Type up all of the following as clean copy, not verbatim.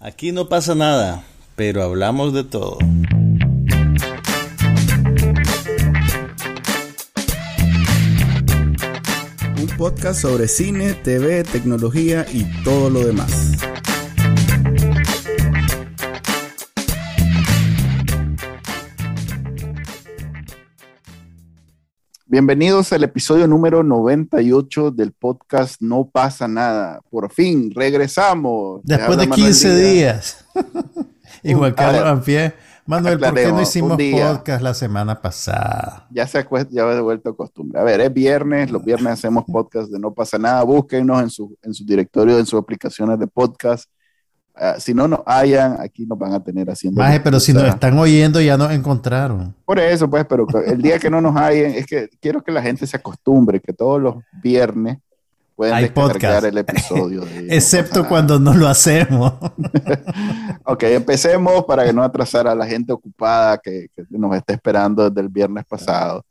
Aquí no pasa nada, pero hablamos de todo. Un podcast sobre cine, TV, tecnología y todo lo demás. Bienvenidos al episodio número 98 del podcast No Pasa Nada. Por fin, regresamos. Después de 15 días. Y Juan Carlos Ampié. Manuel, ¿por qué no hicimos podcast la semana pasada? Ya he vuelto a costumbre. A ver, es viernes, los viernes hacemos podcast de No Pasa Nada. Búsquenos en su directorio, en sus aplicaciones de podcast. Si no nos hallan, aquí nos van a tener haciendo... Maje, pero si nos están oyendo ya nos encontraron. Por eso, pues, pero el día que no nos hallen, es que quiero que la gente se acostumbre, que todos los viernes pueden descargar podcast. El episodio. Excepto cuando no lo hacemos. Ok, empecemos para que no atrasar a la gente ocupada que nos está esperando desde el viernes pasado.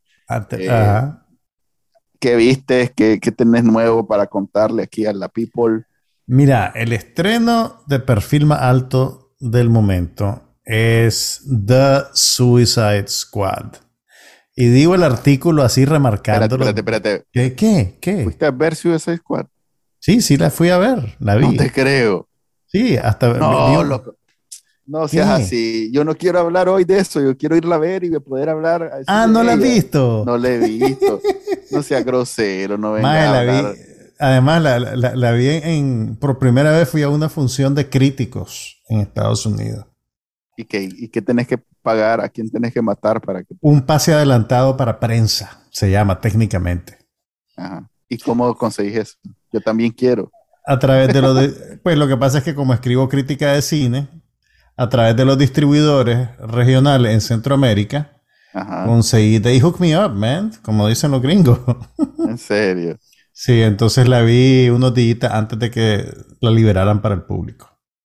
¿Qué viste? ¿Qué tenés nuevo para contarle aquí a la people? Mira, el estreno de perfil más alto del momento es The Suicide Squad. Y digo el artículo así remarcándolo. Espérate. ¿Qué? ¿Fuiste a ver Suicide Squad? Sí, la fui a ver, la vi. No te creo. Sí, hasta... No, loco. No seas así. Yo no quiero hablar hoy de eso. Yo quiero irla a ver y poder hablar. ¿No la has visto? No la he visto. No seas grosero, no vengas a hablar. Además, la vi por primera vez fui a una función de críticos en Estados Unidos. ¿Y qué tenés que pagar? ¿A quién tenés que matar para que...? Un pase adelantado para prensa, se llama técnicamente. Ajá. ¿Y cómo conseguís eso? Yo también quiero. A través de pues lo que pasa es que como escribo crítica de cine, a través de los distribuidores regionales en Centroamérica, conseguí, they hook me up, man, como dicen los gringos. ¿En serio? Sí, entonces la vi unos días antes de que la liberaran para el público.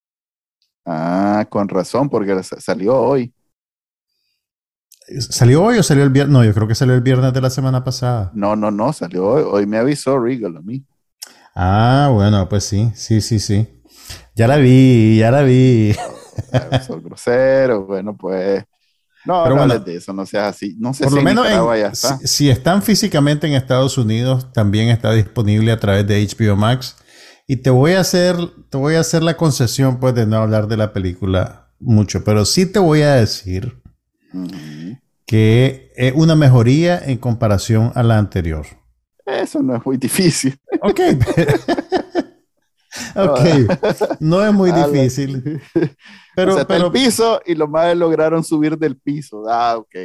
Con razón, porque salió hoy. ¿Salió hoy o salió el viernes? No, yo creo que salió el viernes de la semana pasada. No, salió hoy. Hoy me avisó Regal a mí. Bueno, pues sí. Ya la vi. Soy grosero, bueno, pues... No, pero no hables de eso, no seas así. No sé por si lo menos ya está. Si están físicamente en Estados Unidos, también está disponible a través de HBO Max. Y te voy a hacer la concesión, pues, de no hablar de la película mucho. Pero sí te voy a decir que es una mejoría en comparación a la anterior. Eso no es muy difícil. Ok. No es muy difícil. Pero el piso y los más lograron subir del piso. Ok.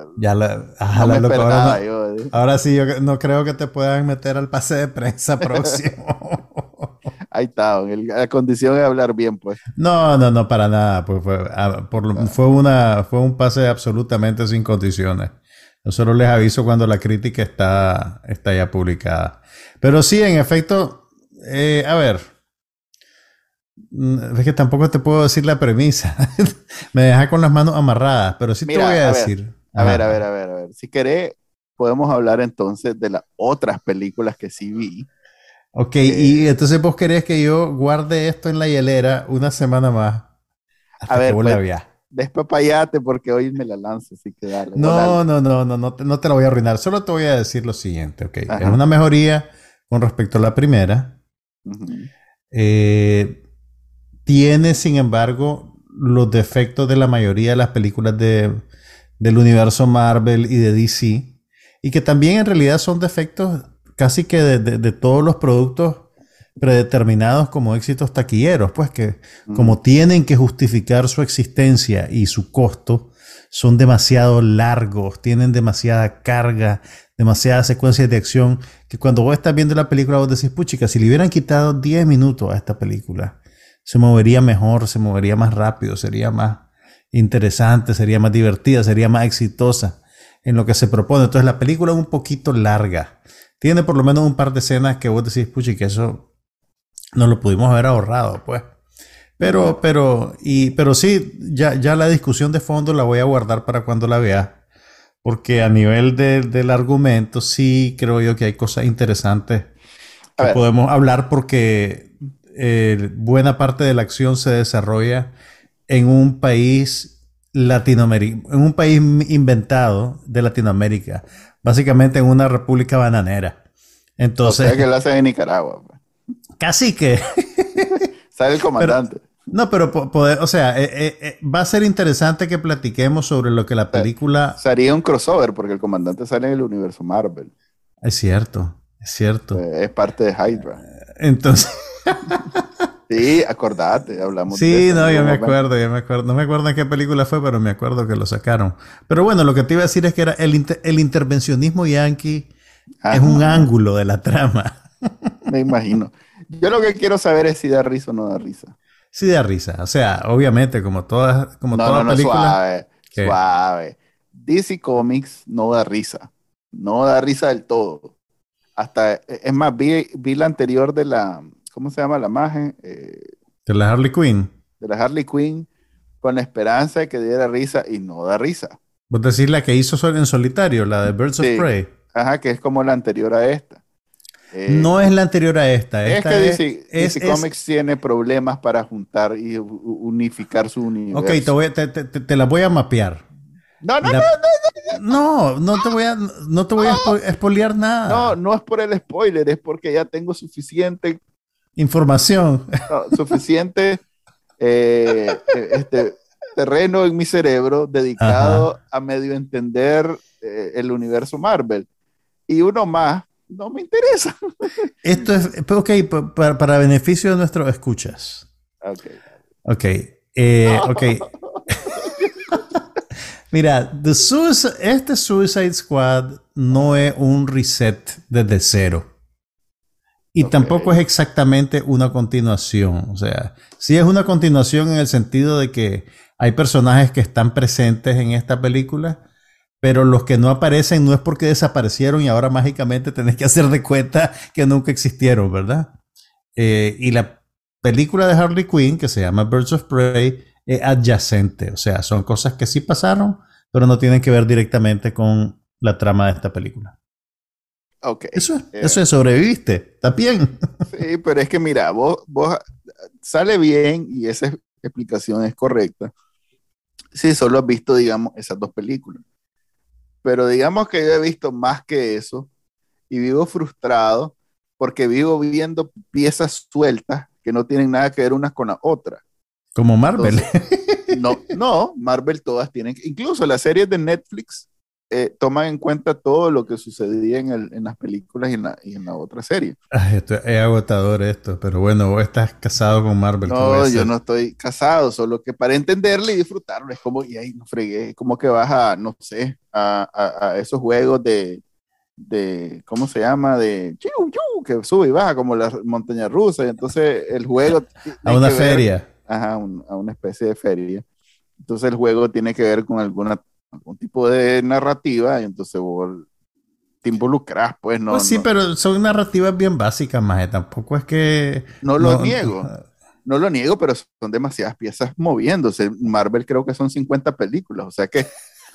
Ahora sí, yo no creo que te puedan meter al pase de prensa próximo. Ahí está, la condición de hablar bien, pues. No, para nada. Pues fue un pase absolutamente sin condiciones. Yo solo les aviso cuando la crítica está ya publicada. Pero sí, en efecto, a ver. Es que tampoco te puedo decir la premisa. Me deja con las manos amarradas, pero sí. Mira, te voy a decir. A ver. Si querés, podemos hablar entonces de las otras películas que sí vi. Ok, y entonces vos querés que yo guarde esto en la hielera una semana más. Hasta que vos la veas. Despapayate porque hoy me la lanzo, así que dale. No te la voy a arruinar. Solo te voy a decir lo siguiente, ok. Es una mejoría con respecto a la primera. Tiene, sin embargo, los defectos de la mayoría de las películas del universo Marvel y de DC, y que también en realidad son defectos casi que de todos los productos predeterminados como éxitos taquilleros, pues que como tienen que justificar su existencia y su costo, son demasiado largos, tienen demasiada carga, demasiadas secuencias de acción, que cuando vos estás viendo la película vos decís, puchica, si le hubieran quitado 10 minutos a esta película, se movería mejor, se movería más rápido, sería más interesante, sería más divertida, sería más exitosa en lo que se propone. Entonces la película es un poquito larga. Tiene por lo menos un par de escenas que vos decís, puchica, eso no lo pudimos haber ahorrado, pues. Pero sí, ya la discusión de fondo la voy a guardar para cuando la vea. Porque a nivel del argumento, sí creo yo que hay cosas interesantes que podemos hablar porque buena parte de la acción se desarrolla en un país latinoamericano, en un país inventado de Latinoamérica, básicamente en una república bananera. Entonces, o sea que lo hacen en Nicaragua. Pues. Casi que. Sale el comandante. Pero poder, o sea, va a ser interesante que platiquemos sobre lo que la película... Sería un crossover porque el comandante sale en el universo Marvel. Es cierto. Es parte de Hydra. Entonces... Sí, acordate, hablamos de eso. Sí, no, yo me acuerdo. No me acuerdo en qué película fue, pero me acuerdo que lo sacaron. Pero bueno, lo que te iba a decir es que era el intervencionismo yankee es un ángulo de la trama. Me imagino. Yo lo que quiero saber es si da risa o no da risa. Sí da risa. O sea, obviamente, como toda película... Suave. DC Comics no da risa. No da risa del todo. Hasta, es más, vi la anterior de la... ¿Cómo se llama la magia? De la Harley Quinn. De la Harley Quinn, con la esperanza de que diera risa y no da risa. ¿Vos decís la que hizo en solitario, la de Birds of Prey? Ajá, que es como la anterior a esta. No es la anterior a esta. Es que DC Comics tiene problemas para juntar y unificar su universo. Ok, te la voy a mapear. No te voy a spoilear nada. No es por el spoiler, es porque ya tengo suficiente información. Suficiente terreno en mi cerebro dedicado a medio entender el universo Marvel. Y uno más no me interesa. Esto es, ok, para beneficio de nuestros escuchas. Ok. Mira, este Suicide Squad no es un reset desde cero. Y tampoco es exactamente una continuación. O sea, sí es una continuación en el sentido de que hay personajes que están presentes en esta película, pero los que no aparecen no es porque desaparecieron y ahora mágicamente tenés que hacer de cuenta que nunca existieron, ¿verdad? Y la película de Harley Quinn, que se llama Birds of Prey, es adyacente. O sea, son cosas que sí pasaron, pero no tienen que ver directamente con la trama de esta película. Okay. Eso es, sobreviviste, está bien. Sí, pero es que mira, vos sale bien y esa explicación es correcta. Sí, solo has visto, digamos, esas dos películas. Pero digamos que yo he visto más que eso y vivo frustrado porque vivo viendo piezas sueltas que no tienen nada que ver unas con las otras. Como Marvel. Entonces, no, Marvel todas tienen, incluso las series de Netflix toman en cuenta todo lo que sucedía en las películas y en la otra serie. Esto es agotador esto, pero bueno, vos estás casado con Marvel. No, yo no estoy casado, solo que para entenderlo y disfrutarlo es como, y ahí no fregué, como que vas a, no sé, a esos juegos de ¿cómo se llama? De que sube y baja como la montaña rusa, y entonces el juego a una feria. Ajá, a una especie de feria. Entonces el juego tiene que ver con algún tipo de narrativa y entonces vos te involucras, pues no. Pues sí, pero son narrativas bien básicas, maje. Tampoco es que... No lo niego, pero son demasiadas piezas moviéndose. Marvel creo que son 50 películas, o sea que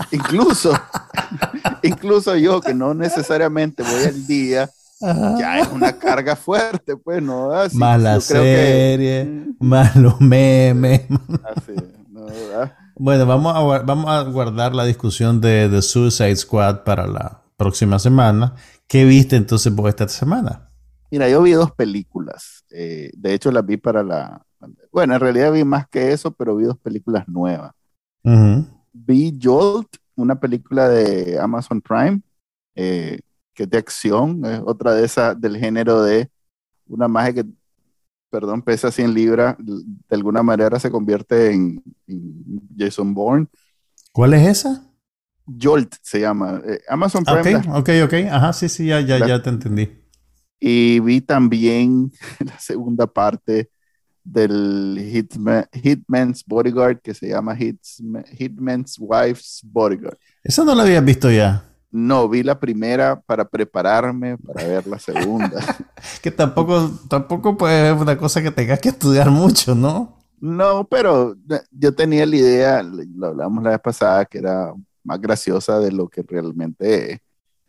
incluso yo que no necesariamente voy al día, ya es una carga fuerte, pues, ¿no? Así, más la serie, más los memes. Así, ¿no? ¿Verdad? Bueno, vamos a guardar la discusión de The Suicide Squad para la próxima semana. ¿Qué viste entonces vos esta semana? Mira, yo vi dos películas. De hecho, las vi bueno, en realidad vi más que eso, pero vi dos películas nuevas. Vi Jolt, una película de Amazon Prime, que es de acción, es otra de esas del género de una magia que, pesa 100 libras, de alguna manera se convierte en Jason Bourne. ¿Cuál es esa? Jolt se llama. Amazon Prime. Ok. Ajá, sí, ya te entendí. Y vi también la segunda parte del Hitman's Bodyguard, que se llama Hitman's Wife's Bodyguard. ¿Eso no lo habías visto ya? No, vi la primera para prepararme para ver la segunda. Que tampoco puede ser una cosa que tengas que estudiar mucho, ¿no? No, pero yo tenía la idea, lo hablamos la vez pasada, que era más graciosa de lo que realmente es.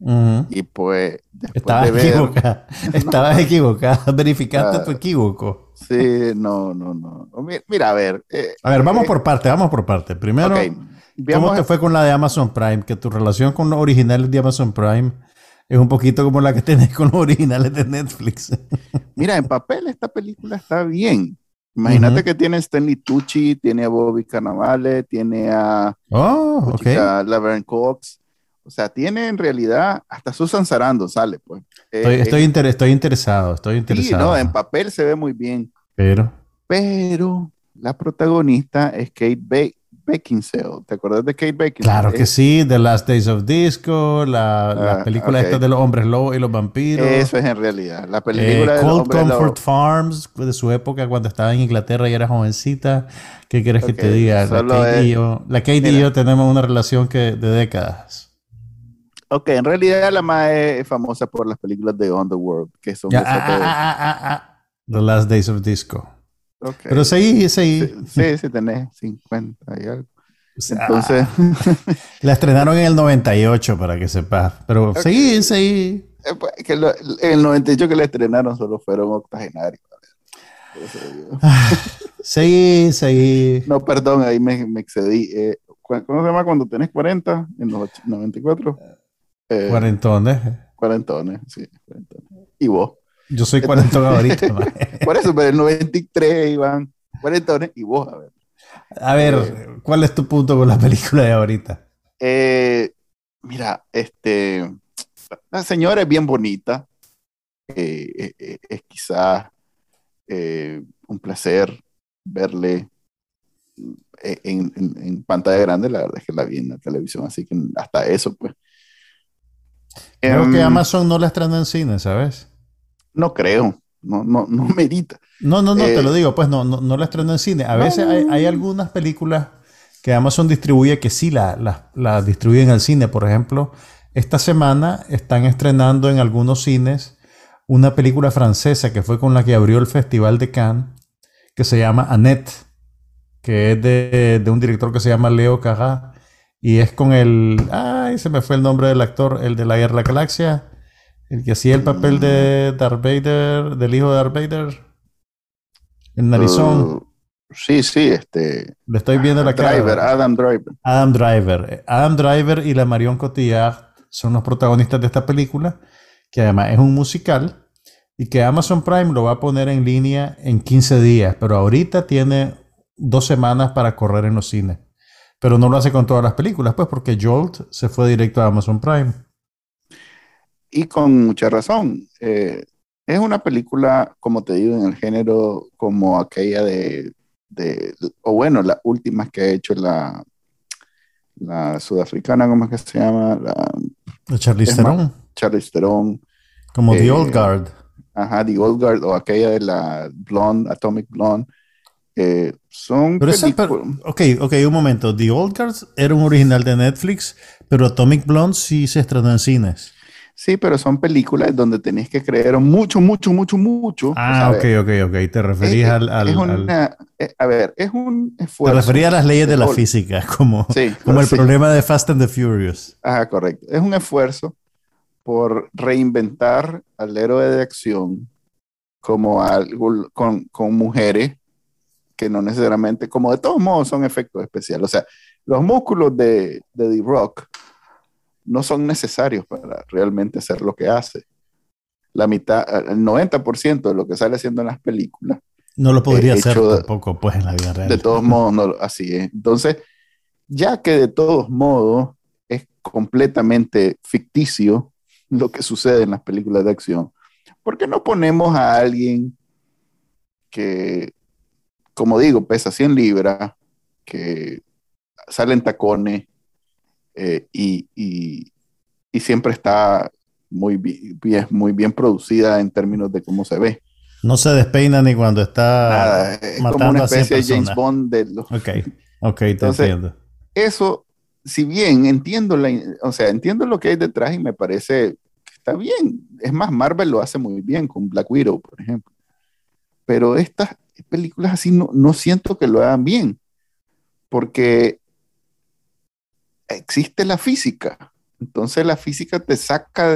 Y pues, después Estabas de ver... equivocada. Estabas equivocada. Verificaste tu Ah, equívoco. sí, no. Mira, a ver. A ver, vamos por parte. Ok, Primero, ¿cómo veamos. te fue con la de Amazon Prime? Que tu relación con los originales de Amazon Prime es un poquito como la que tenés con los originales de Netflix. Mira, en papel esta película está bien. Imagínate Ujú. que tiene a Stanley Tucci, tiene a Bobby Cannavale, tiene a Oh, ok. puchica, Laverne Cox. O sea, tiene en realidad hasta Susan Sarandon sale, pues. Estoy interesado, estoy Sí, no, en interesado. papel se ve muy bien, Pero, pero la protagonista es Beckinsale. ¿Te acuerdas de Kate Beckinsale? claro que sí, The Last Days of Disco, las películas Ok, estas de los hombres lobos y los vampiros. eso es en realidad. La película del Cold hombre Comfort lobo. Farms, de su época cuando estaba en Inglaterra y era jovencita. ¿Qué quieres que Ok, te diga? solo es, La Kate y mira, yo tenemos una relación de décadas. ok, en realidad la más es famosa por las películas de Underworld, que son Ya, esas de, The Last Days of Disco. ok, Pero sí, seguí. sí, tenés 50 y algo. O Entonces, sea, la estrenaron en el 98 para que sepas. Pero ok, seguí. pues, en el 98 que la estrenaron solo fueron octogenarios. Por eso digo. Seguí. No, perdón, ahí me excedí. ¿Cómo se llama cuando tenés 40 en los 94? Eh, Cuarentones. Cuarentones, sí, cuarentones. Y vos. Yo soy Entonces, cuarentón ahorita, man. por eso, pero el 93 iban cuarentones y vos, a ver. A Eh, ver, ¿cuál es tu punto con la película de ahorita? eh, Mira, la señora es bien bonita. Es quizás un placer verle en pantalla grande. La verdad es que la vi en la televisión, así que hasta eso, pues. Creo que Em, Amazon no la estrenó en cine, ¿sabes? no creo, no merita. No, te lo Eh, digo, pues no la estrenó en cine. A no, veces hay algunas películas que Amazon distribuye que sí la distribuyen al cine. Por ejemplo, esta semana están estrenando en algunos cines una película francesa que fue con la que abrió el Festival de Cannes, que se llama Annette, que es de un director que se llama Leo Carrá, y es con ay, se me fue el nombre del actor, el de la Guerra de la Galaxia, el que hacía el papel mm, de Darth Vader, del hijo de Darth Vader, el uh, narizón. sí, Le estoy viendo la Driver, cara. Adam Driver. Adam Driver. Adam Driver y la Marion Cotillard son los protagonistas de esta película, que además es un musical y que Amazon Prime lo va a poner en línea en 15 días, pero ahorita tiene 2 semanas para correr en los cines. Pero no lo hace con todas las películas, pues porque Jolt se fue directo a Amazon Prime. Y con mucha razón. Es una película, como te digo, en el género como aquella o bueno, las últimas que ha hecho la sudafricana, ¿cómo es que se llama? De Charlize Es más, Theron, Charlize Theron, como The Old eh, Guard. ajá, The Old Guard, o aquella de la Blonde, Atomic Blonde. Son películas. Ok, un momento. The Old Guard era un original de Netflix, pero Atomic Blonde sí se estrenó en cines. Sí, pero son películas donde tenés que creer mucho, mucho, mucho, mucho. O sea, a Ah, ver, ok. Te referís a ver, es un te referís esfuerzo. a las leyes de Es la ol- física, como, sí, como el sí, problema de Fast and the Furious. ajá, correcto. Es un esfuerzo por reinventar al héroe de acción como algo con mujeres que no necesariamente, como de todos modos son efectos especiales. O sea, los músculos de The Rock no son necesarios para realmente hacer lo que hace. La mitad, el 90% de lo que sale haciendo en las películas, No lo podría hacer hecho tampoco, pues, en la vida de real. todos modos, no, así es. Entonces, ya que de todos modos es completamente ficticio lo que sucede en las películas de acción, ¿por qué no ponemos a alguien que, como digo, pesa 100 libras, que sale en tacones y siempre está muy bien producida en términos de cómo se ve? No se despeina ni cuando está Nada, es como una matando a 100 especie de James personas. Bond de los... Ok, te Entonces, entiendo. eso, si bien entiendo o sea, entiendo lo que hay detrás y me parece que está bien. Es más, Marvel lo hace muy bien con Black Widow, por ejemplo. Pero estas películas así no siento que lo hagan bien, porque existe la física. Entonces la física te saca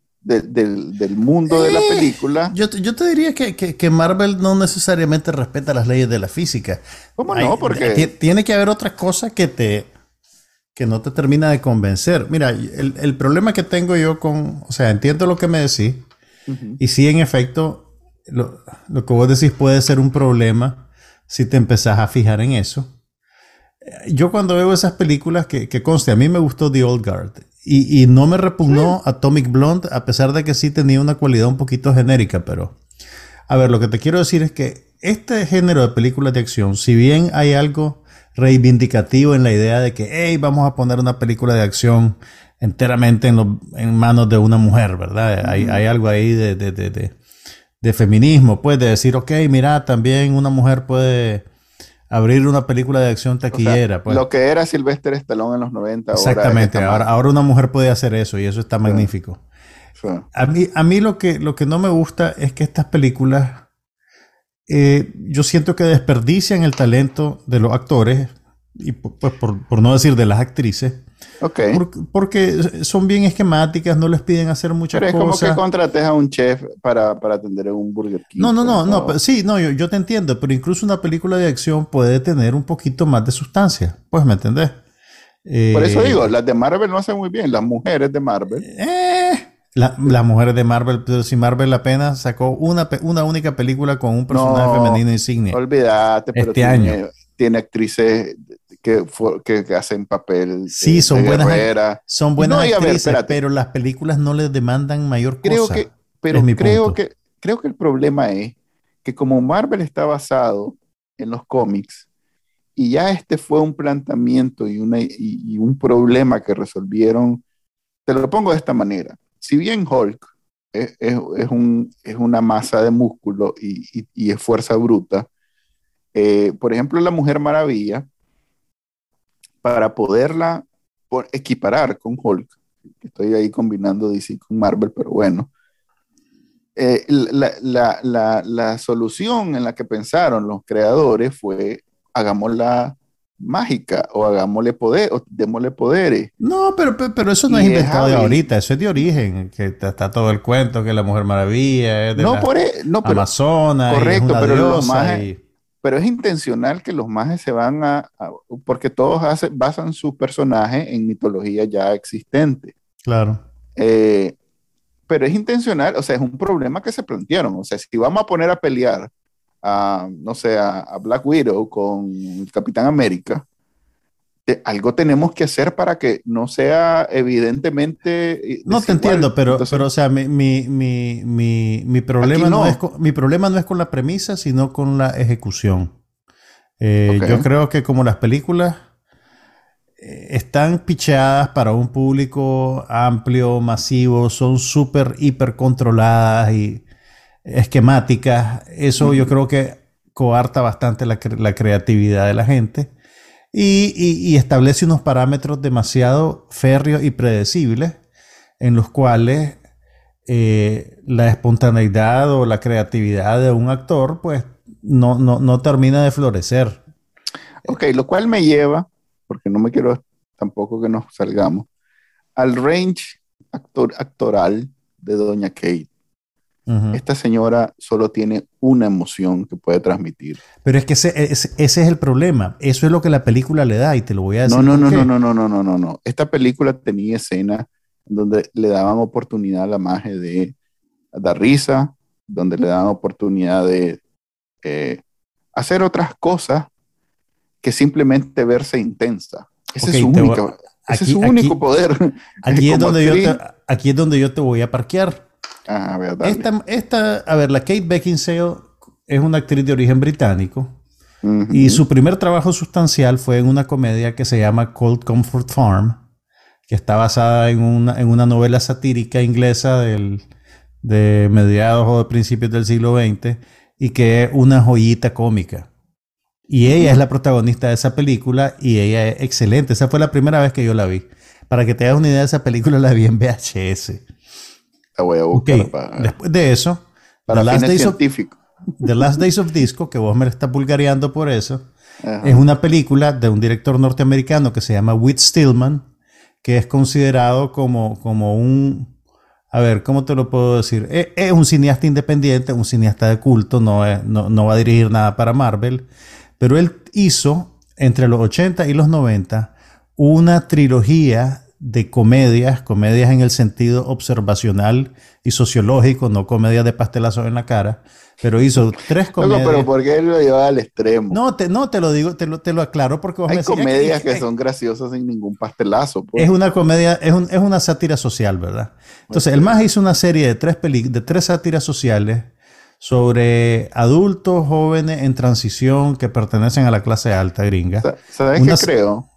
del mundo de la película. Yo te diría que Marvel no necesariamente respeta las leyes de la física. ¿Cómo no? Porque tiene que haber otra cosa que no te termina de convencer. Mira, el problema que tengo yo o sea, entiendo lo que me decís, y sí, en efecto, lo que vos decís puede ser un problema si te empezás a fijar en eso. Yo cuando veo esas películas, que conste, a mí me gustó The Old Guard, y no me repugnó Atomic Blonde, a pesar de que sí tenía una cualidad un poquito genérica, pero... A ver, lo que te quiero decir es que este género de películas de acción, si bien hay algo reivindicativo en la idea de que, hey, vamos a poner una película de acción enteramente en manos de una mujer, ¿verdad? Hay algo ahí de feminismo, pues, de decir, ok, mira, también una mujer puede abrir una película de acción taquillera. O sea, pues. Lo que era Sylvester Stallone en los 90. Exactamente, ahora una mujer puede hacer eso y eso está magnífico. Sí. A mí lo que no me gusta es que estas películas, yo siento que desperdician el talento de los actores y pues por no decir de las actrices. Okay. Porque son bien esquemáticas, no les piden hacer muchas cosas. Pero es como que contrates a un chef para atender un Burger King. No, sí, yo te entiendo, pero incluso una película de acción puede tener un poquito más de sustancia, pues, ¿me entendés? Por eso digo, las de Marvel no hacen muy bien, las mujeres de Marvel. Las mujeres de Marvel, pero si Marvel apenas sacó una única película con un personaje femenino insignia. Olvídate, pero tiene actrices que hacen papel son de buenas, guerrera. son buenas actrices, pero las películas no les demandan mayor cosa. Creo que el problema es que como Marvel está basado en los cómics y ya este fue un planteamiento y un problema que resolvieron, te lo pongo de esta manera. Si bien Hulk es una masa de músculo y es fuerza bruta, por ejemplo, la Mujer Maravilla, para poderla equiparar con Hulk, estoy ahí combinando DC con Marvel, pero bueno, la solución en la que pensaron los creadores fue hagámosla mágica o hagámosle poder o démosle poderes. No, pero eso no es inventado de ahorita, eso es de origen, que está todo el cuento que la Mujer Maravilla es de Amazona, correcto, y es una pero diosa pero es intencional que los mages se van porque todos basan sus personajes en mitología ya existente. Claro. Pero es intencional, o sea, es un problema que se plantearon. O sea, si vamos a poner a pelear a Black Widow con el Capitán América, algo tenemos que hacer para que no sea evidentemente no te entiendo, pero, entonces, pero o sea, mi problema mi problema no es con la premisa, sino con la ejecución. Yo creo que como las películas están picheadas para un público amplio, masivo, son súper, hiper controladas y esquemáticas, eso yo creo que coarta bastante la creatividad de la gente. Y establece unos parámetros demasiado férreos y predecibles en los cuales la espontaneidad o la creatividad de un actor pues no termina de florecer. Ok, lo cual me lleva, porque no me quiero tampoco que nos salgamos, al range actoral de Doña Kate. Esta señora solo tiene una emoción que puede transmitir. Pero es que ese es el problema. Eso es lo que la película le da y te lo voy a decir. No. Esta película tenía escenas donde le daban oportunidad a la magia de dar risa, donde le daban oportunidad de hacer otras cosas que simplemente verse intensa. Ese es su único poder. Aquí es donde yo te voy a parquear. A ver, la Kate Beckinsale es una actriz de origen británico y su primer trabajo sustancial fue en una comedia que se llama Cold Comfort Farm, que está basada en una novela satírica inglesa de mediados o de principios del siglo XX y que es una joyita cómica. Y ella es la protagonista de esa película y ella es excelente. Esa fue la primera vez que yo la vi. Para que te hagas una idea de esa película, la vi en VHS. La voy a buscar después de eso, para fines científicos. The Last Days of Disco, que vos me estás vulgareando por eso, es una película de un director norteamericano que se llama Whit Stillman, que es considerado como un, a ver, ¿cómo te lo puedo decir? Es un cineasta independiente, un cineasta de culto, no va a dirigir nada para Marvel, pero él hizo entre los 80 y los 90 una trilogía de comedias en el sentido observacional y sociológico, no comedias de pastelazos en la cara, pero hizo 3 comedias. No, pero ¿por qué él lo lleva al extremo? No te lo digo, te lo aclaro porque vos hay me decís, comedias que son graciosas sin ningún pastelazo. Pues. Es una comedia, es una sátira social, ¿verdad? Entonces, el más hizo una serie de 3 sátiras sociales sobre adultos jóvenes en transición que pertenecen a la clase alta gringa. ¿Sabes qué creo?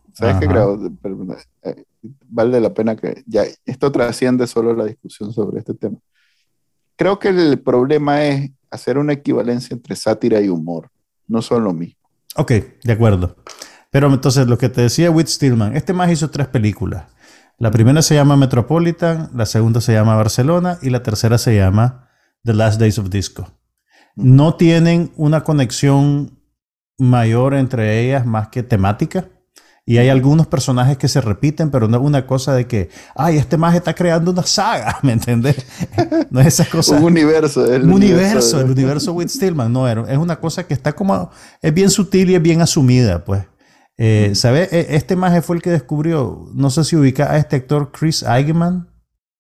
Vale la pena que ya esto trasciende solo la discusión sobre este tema. Creo que el problema es hacer una equivalencia entre sátira y humor. No son lo mismo. Ok, de acuerdo. Pero entonces, lo que te decía Whit Stillman, este más hizo 3 películas. La primera se llama Metropolitan, la segunda se llama Barcelona y la tercera se llama The Last Days of Disco. No tienen una conexión mayor entre ellas más que temática. Y hay algunos personajes que se repiten, pero no es una cosa de que, ay, este más está creando una saga, ¿me entiendes? No es esa cosa. Un universo. El universo Whit Stillman. No, es una cosa que está como, es bien sutil y es bien asumida, pues. ¿Sabes? Este maje fue el que descubrió, no sé si ubica a este actor Chris Eigeman,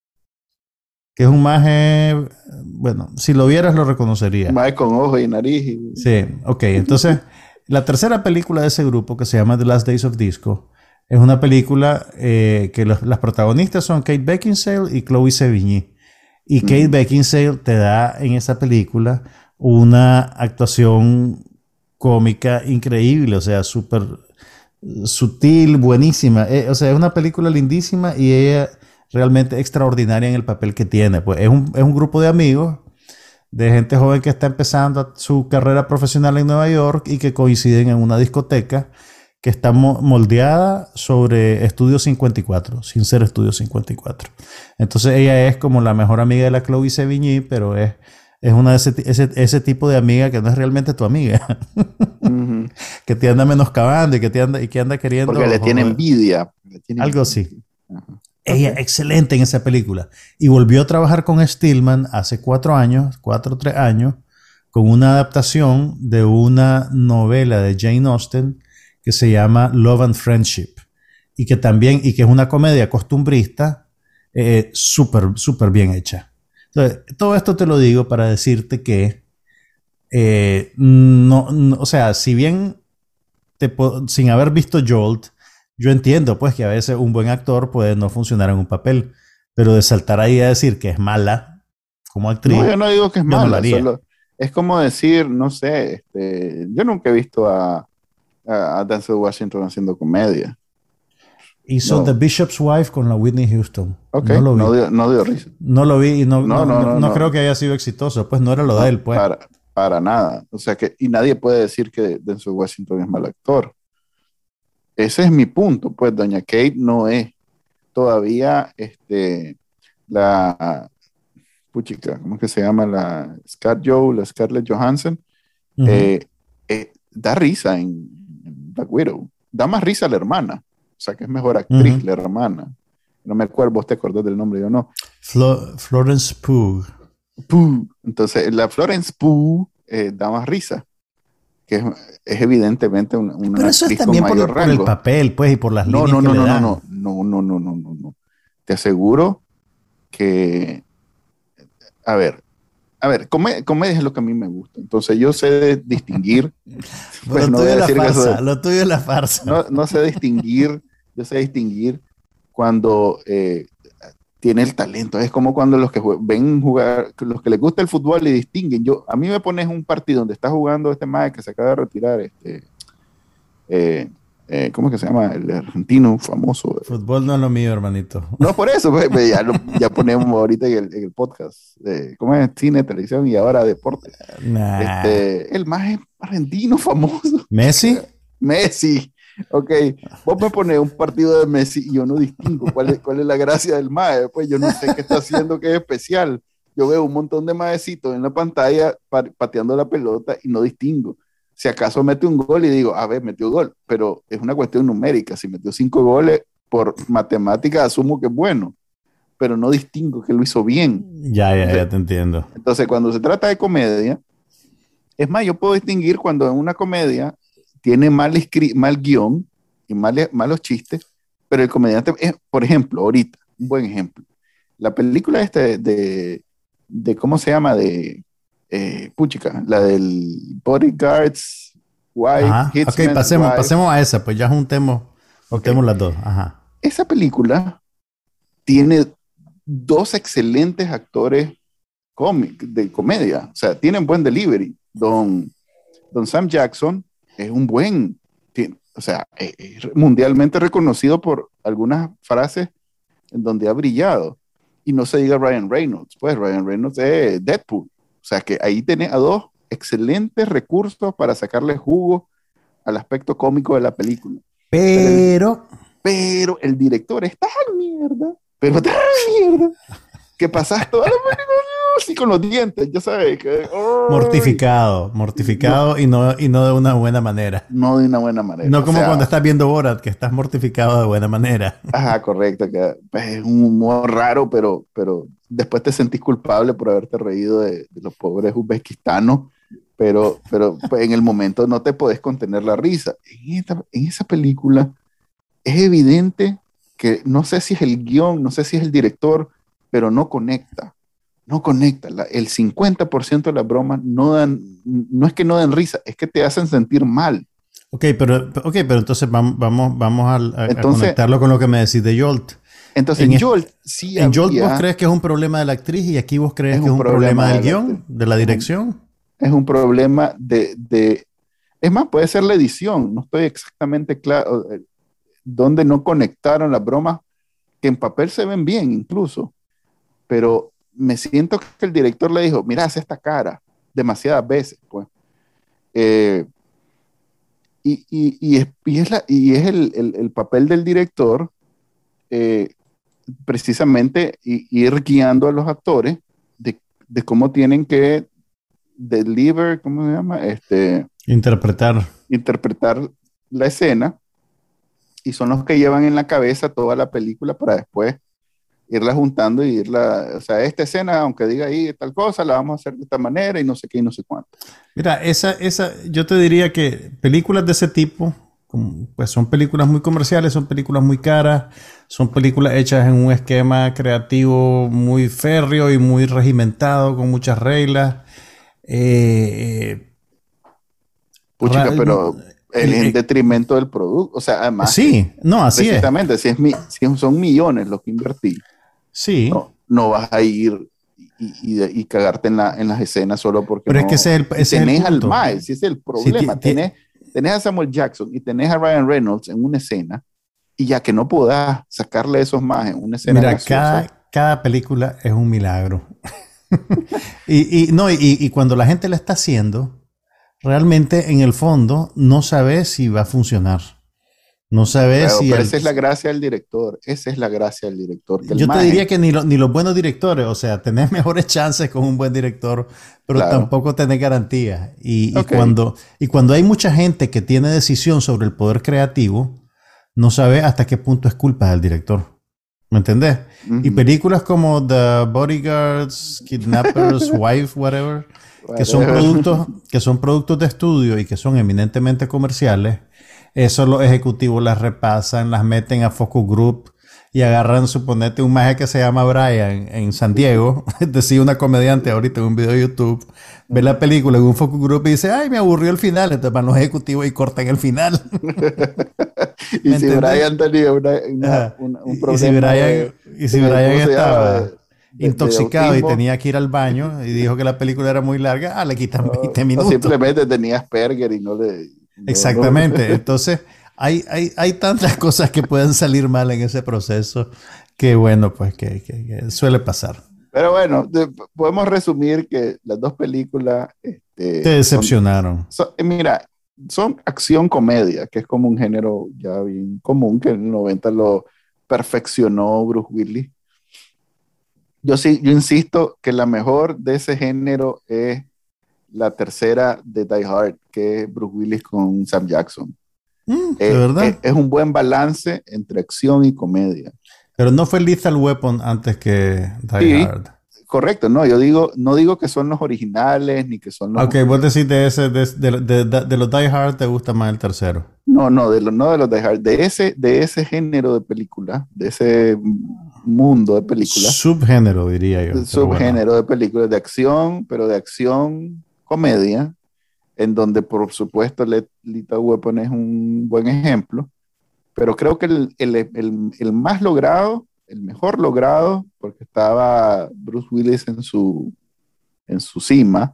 que es un maje, bueno, si lo vieras lo reconocerías. Un maje con ojos y nariz. Sí, ok, entonces... La tercera película de ese grupo, que se llama The Last Days of Disco, es una película que las protagonistas son Kate Beckinsale y Chloe Sevigny. Y Kate Beckinsale te da en esa película una actuación cómica increíble, o sea, súper sutil, buenísima. O sea, es una película lindísima y ella realmente extraordinaria en el papel que tiene. Pues es un grupo de amigos, de gente joven que está empezando su carrera profesional en Nueva York y que coinciden en una discoteca que está moldeada sobre Estudio 54, sin ser Estudio 54. Entonces ella es como la mejor amiga de la Chloe Sevigny, pero es una de ese tipo de amiga que no es realmente tu amiga. Que te anda menoscabando y que anda queriendo... Porque le tiene envidia. Algo así. Ella excelente en esa película. Y volvió a trabajar con Stillman hace 4 o 3 años, con una adaptación de una novela de Jane Austen que se llama Love and Friendship. Y que es una comedia costumbrista súper bien hecha. Entonces, todo esto te lo digo para decirte que o sea, si bien sin haber visto Jolt, yo entiendo pues que a veces un buen actor puede no funcionar en un papel, pero de saltar ahí a decir que es mala como actriz. No, yo no digo que es mala, no solo es como decir, no sé, yo nunca he visto a Denzel Washington haciendo comedia. Hizo The Bishop's Wife con la Whitney Houston. Ok, no lo vi. No dio risa. No lo vi y no creo que haya sido exitoso, pues no era lo de él, pues. Para nada. O sea que, y nadie puede decir que Denzel Washington es mal actor. Ese es mi punto, pues doña Kate no es todavía la puchica, ¿cómo es que se llama? La Scarlett Johansson. Da risa en Black Widow. Da más risa a la hermana. O sea que es mejor actriz la hermana. No me acuerdo, ¿vos te acordás del nombre? Yo no. Florence Pugh. Entonces, la Florence Pugh da más risa. Que es evidentemente una pero eso es también por el papel, pues, y por las líneas que le dan. No. Te aseguro que... A ver, comedia es lo que a mí me gusta. Entonces, yo sé distinguir... pues, lo tuyo es la farsa. No sé distinguir... Yo sé distinguir cuando... tiene el talento. Es como cuando los que ven jugar, los que les gusta el fútbol y distinguen. A mí me pones un partido donde está jugando este maestro que se acaba de retirar, ¿cómo es que se llama? El argentino famoso. Fútbol no es lo mío, hermanito. No, por eso, ya ponemos ahorita en el podcast. ¿Cómo es? Cine, televisión y ahora deporte. Nah. El maestro argentino famoso. ¿Messi? Messi. Ok, vos me pones un partido de Messi y yo no distingo cuál es la gracia del mae, pues yo no sé qué está haciendo que es especial. Yo veo un montón de maecitos en la pantalla pateando la pelota y no distingo. Si acaso mete un gol y digo, a ver, metió gol, pero es una cuestión numérica. Si metió 5 goles, por matemática asumo que es bueno, pero no distingo que lo hizo bien. Ya te entiendo. Entonces, cuando se trata de comedia, es más, yo puedo distinguir cuando en una comedia tiene mal guión y malos chistes, pero el comediante, por ejemplo, ahorita, un buen ejemplo, la película de ¿cómo se llama? Puchica, la del Bodyguards, Wife, Ok, Hitman, pasemos a esa, pues ya juntemos las dos. Ajá. Esa película tiene dos excelentes actores de comedia, o sea, tienen buen delivery. Don Sam Jackson es un buen, o sea, es mundialmente reconocido por algunas frases en donde ha brillado. Y no se diga Ryan Reynolds, pues Ryan Reynolds es Deadpool. O sea, que ahí tenés a dos excelentes recursos para sacarle jugo al aspecto cómico de la película. Pero el director es tan mierda, pero tan mierda, que pasas toda la película así con los dientes, ya sabes. Mortificado no. y no de una buena manera. No de una buena manera. No como cuando estás viendo Borat, que estás mortificado de buena manera. Ajá, correcto, que pues, es un humor raro, pero después te sentís culpable por haberte reído de los pobres uzbekistanos, pero pues, en el momento no te podés contener la risa. En esa película es evidente que no sé si es el guión, no sé si es el director, pero no conecta. El 50% de las bromas no es que no den risa, es que te hacen sentir mal. Ok, pero entonces vamos a conectarlo con lo que me decís de Jolt. Entonces, Jolt sí en Jolt vos crees que es un problema de la actriz y aquí vos crees que es un problema del guión, de la dirección. Es un problema es más, puede ser la edición, no estoy exactamente claro dónde no conectaron las bromas, que en papel se ven bien incluso, pero me siento que el director le dijo, mira, haz esta cara demasiadas veces, pues. Y es el papel del director precisamente ir guiando a los actores de cómo tienen que deliver, ¿cómo se llama? Interpretar la escena, y son los que llevan en la cabeza toda la película para después irla juntando y o sea, esta escena, aunque diga ahí tal cosa, la vamos a hacer de esta manera y no sé qué y no sé cuánto. Mira, yo te diría que películas de ese tipo, pues son películas muy comerciales, son películas muy caras, son películas hechas en un esquema creativo muy férreo y muy regimentado, con muchas reglas. Puchica, pero en detrimento del producto, o sea, además. Sí, no, así precisamente, es. Si son millones los que invertí. Sí. No vas a ir y cagarte en las escenas solo porque. Pero es que ese es el al MAE, si ese es el problema. Sí, tenés a Samuel Jackson y tenés a Ryan Reynolds en una escena, y ya que no podás sacarle esos más en una escena. Mira, cada película es un milagro. y cuando la gente la está haciendo, realmente en el fondo no sabes si va a funcionar. No sabes si... Pero esa es la gracia del director. Esa es la gracia del director. Yo te diría que ni los buenos directores, o sea, tenés mejores chances con un buen director, pero tampoco tenés garantía. Y cuando hay mucha gente que tiene decisión sobre el poder creativo, no sabes hasta qué punto es culpa del director. ¿Me entendés? Uh-huh. Y películas como The Bodyguards, Kidnappers, Wife, whatever, que son productos de estudio y que son eminentemente comerciales, eso los ejecutivos las repasan, las meten a focus group y agarran, suponete, un maje que se llama Brian en San Diego, es decir, una comediante ahorita en un video de YouTube, ve la película en un focus group y dice, ay, me aburrió el final, entonces van los ejecutivos y cortan el final. Y si Brian tenía un problema. Y si Brian estaba intoxicado y tenía que ir al baño y dijo que la película era muy larga, le quitan 20 minutos. O simplemente tenía Asperger y no le... Exactamente. Entonces, hay tantas cosas que pueden salir mal en ese proceso que, bueno, pues que suele pasar. Pero bueno, podemos resumir que las dos películas... te decepcionaron. Mira, son acción-comedia, que es como un género ya bien común, que en el 90 lo perfeccionó Bruce Willis. Yo insisto que la mejor de ese género es la tercera de Die Hard, que es Bruce Willis con Sam Jackson. ¿De verdad? Es un buen balance entre acción y comedia. Pero no fue Lethal Weapon antes que Die Sí, Hard. correcto, no, no digo que son los originales ni que son los... Ok, vos decís de los Die Hard te gusta más el tercero. No, no, no de los de Hard, de ese género de película, de ese mundo de películas. Subgénero, diría yo. Subgénero de películas de acción, pero de acción comedia, en donde por supuesto Lethal Weapon es un buen ejemplo, pero creo que el más logrado, el mejor logrado, porque estaba Bruce Willis en su cima,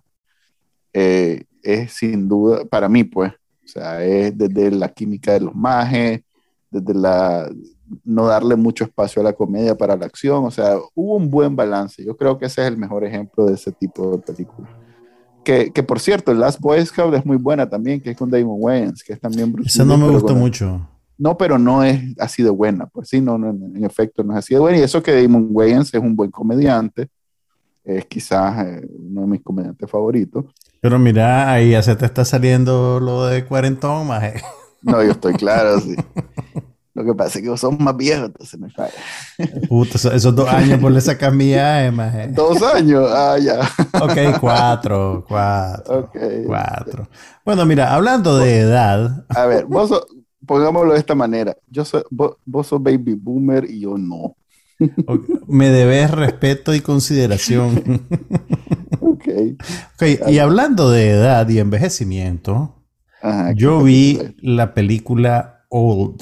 es sin duda, para mí pues, o sea, es desde la química de los majes, desde no darle mucho espacio a la comedia para la acción, o sea, hubo un buen balance. Yo creo que ese es el mejor ejemplo de ese tipo de película. Que por cierto, Last Boy Scout es muy buena también, que es con Damon Wayans, que es también Bruce Esa no me gustó mucho. No, pero no es así de buena, pues sí, no, en efecto no es así de buena, y eso que Damon Wayans es un buen comediante, es quizás uno de mis comediantes favoritos. Pero mira, ahí ya se te está saliendo lo de cuarentón, maje. No, yo estoy claro, sí. Lo que pasa es que vos sos más viejo, entonces me falla. Puta, esos 2 años por le sacas millaje, maje. 2 años, ya. Ok, 4. Okay. Bueno, mira, hablando de edad. A ver, pongámoslo de esta manera. Vos sos baby boomer y yo no. Me debes respeto y consideración. Ok, y hablando de edad y envejecimiento, ajá, yo vi la película Old.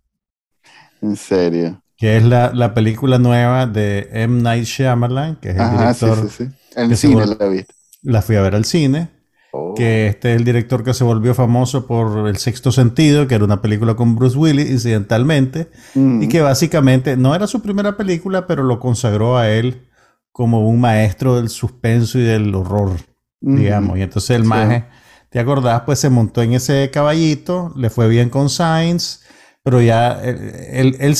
¿En serio? Que es la película nueva de M. Night Shyamalan, que es el director. Sí. En el cine la vi. La fui a ver al cine. Que este es el director que se volvió famoso por El Sexto Sentido, que era una película con Bruce Willis, incidentalmente, y que básicamente no era su primera película, pero lo consagró a él como un maestro del suspenso y del horror, digamos. Y entonces el maje, ¿te acordás? Pues se montó en ese caballito, le fue bien con Signs, pero ya él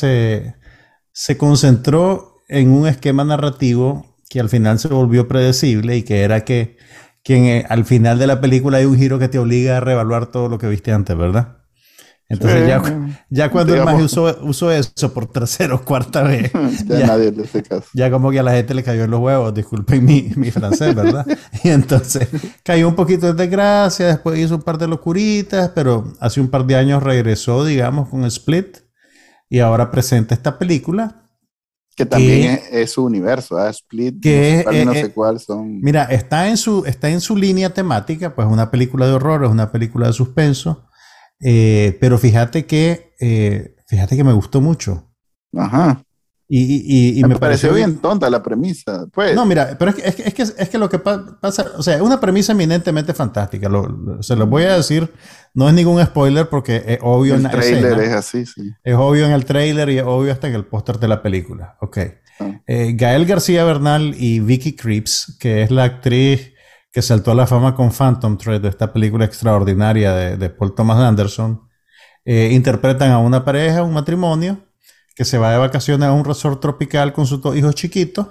se concentró en un esquema narrativo que al final se volvió predecible y que era que al final de la película hay un giro que te obliga a reevaluar todo lo que viste antes, ¿verdad? Entonces ya cuando el maje usó eso por tercera o cuarta vez, ya nadie le hace caso. Ya como que a la gente le cayó en los huevos, disculpen mi francés, ¿verdad? Y entonces cayó un poquito de desgracia, después hizo un par de locuritas, pero hace un par de años regresó, digamos, con Split y ahora presenta esta película. Que también es su universo, ¿eh? Split, no sé cuál son. Mira, está en su línea temática, pues una película de horror, es una película de suspenso, pero fíjate que me gustó mucho. Ajá. Y me pareció bien tonta la premisa. Pues. No, mira, pero es que lo que pasa, o sea, es una premisa eminentemente fantástica. Se lo voy a decir, no es ningún spoiler porque es obvio en la escena. El trailer es así, sí. Es obvio en el trailer y es obvio hasta en el póster de la película. Ok. Gael García Bernal y Vicky Krieps, que es la actriz que saltó a la fama con Phantom Thread, de esta película extraordinaria de Paul Thomas Anderson, interpretan a una pareja, un matrimonio, que se va de vacaciones a un resort tropical con sus 2 hijos chiquitos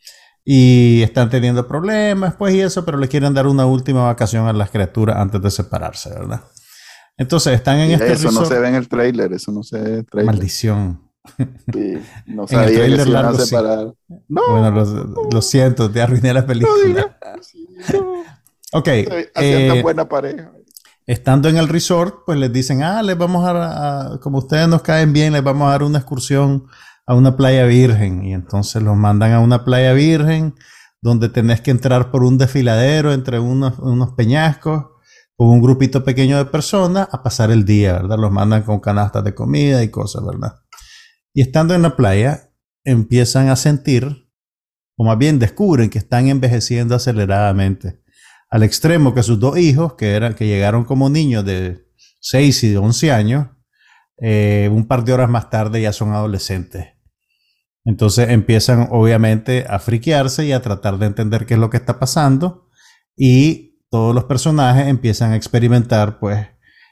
y están teniendo problemas, pues, y eso, pero le quieren dar una última vacación a las criaturas antes de separarse, ¿verdad? Entonces están en este resort. Eso no se ve en el tráiler, eso no se ve en el tráiler. Maldición. Sí, no sabía que se iban a separar. Sí. No. Bueno, lo siento, te arruiné la película. No. Ok. Hacían tan buena pareja. Estando en el resort, pues les dicen, les vamos como ustedes nos caen bien, les vamos a dar una excursión a una playa virgen. Y entonces los mandan a una playa virgen donde tenés que entrar por un desfiladero entre unos peñascos con un grupito pequeño de personas a pasar el día, ¿verdad? Los mandan con canastas de comida y cosas, ¿verdad? Y estando en la playa, empiezan a sentir, o más bien descubren que están envejeciendo aceleradamente. Al extremo que sus 2 hijos, que llegaron como niños de 6 y de 11 años, un par de horas más tarde ya son adolescentes. Entonces empiezan obviamente a friquearse y a tratar de entender qué es lo que está pasando, y todos los personajes empiezan a experimentar pues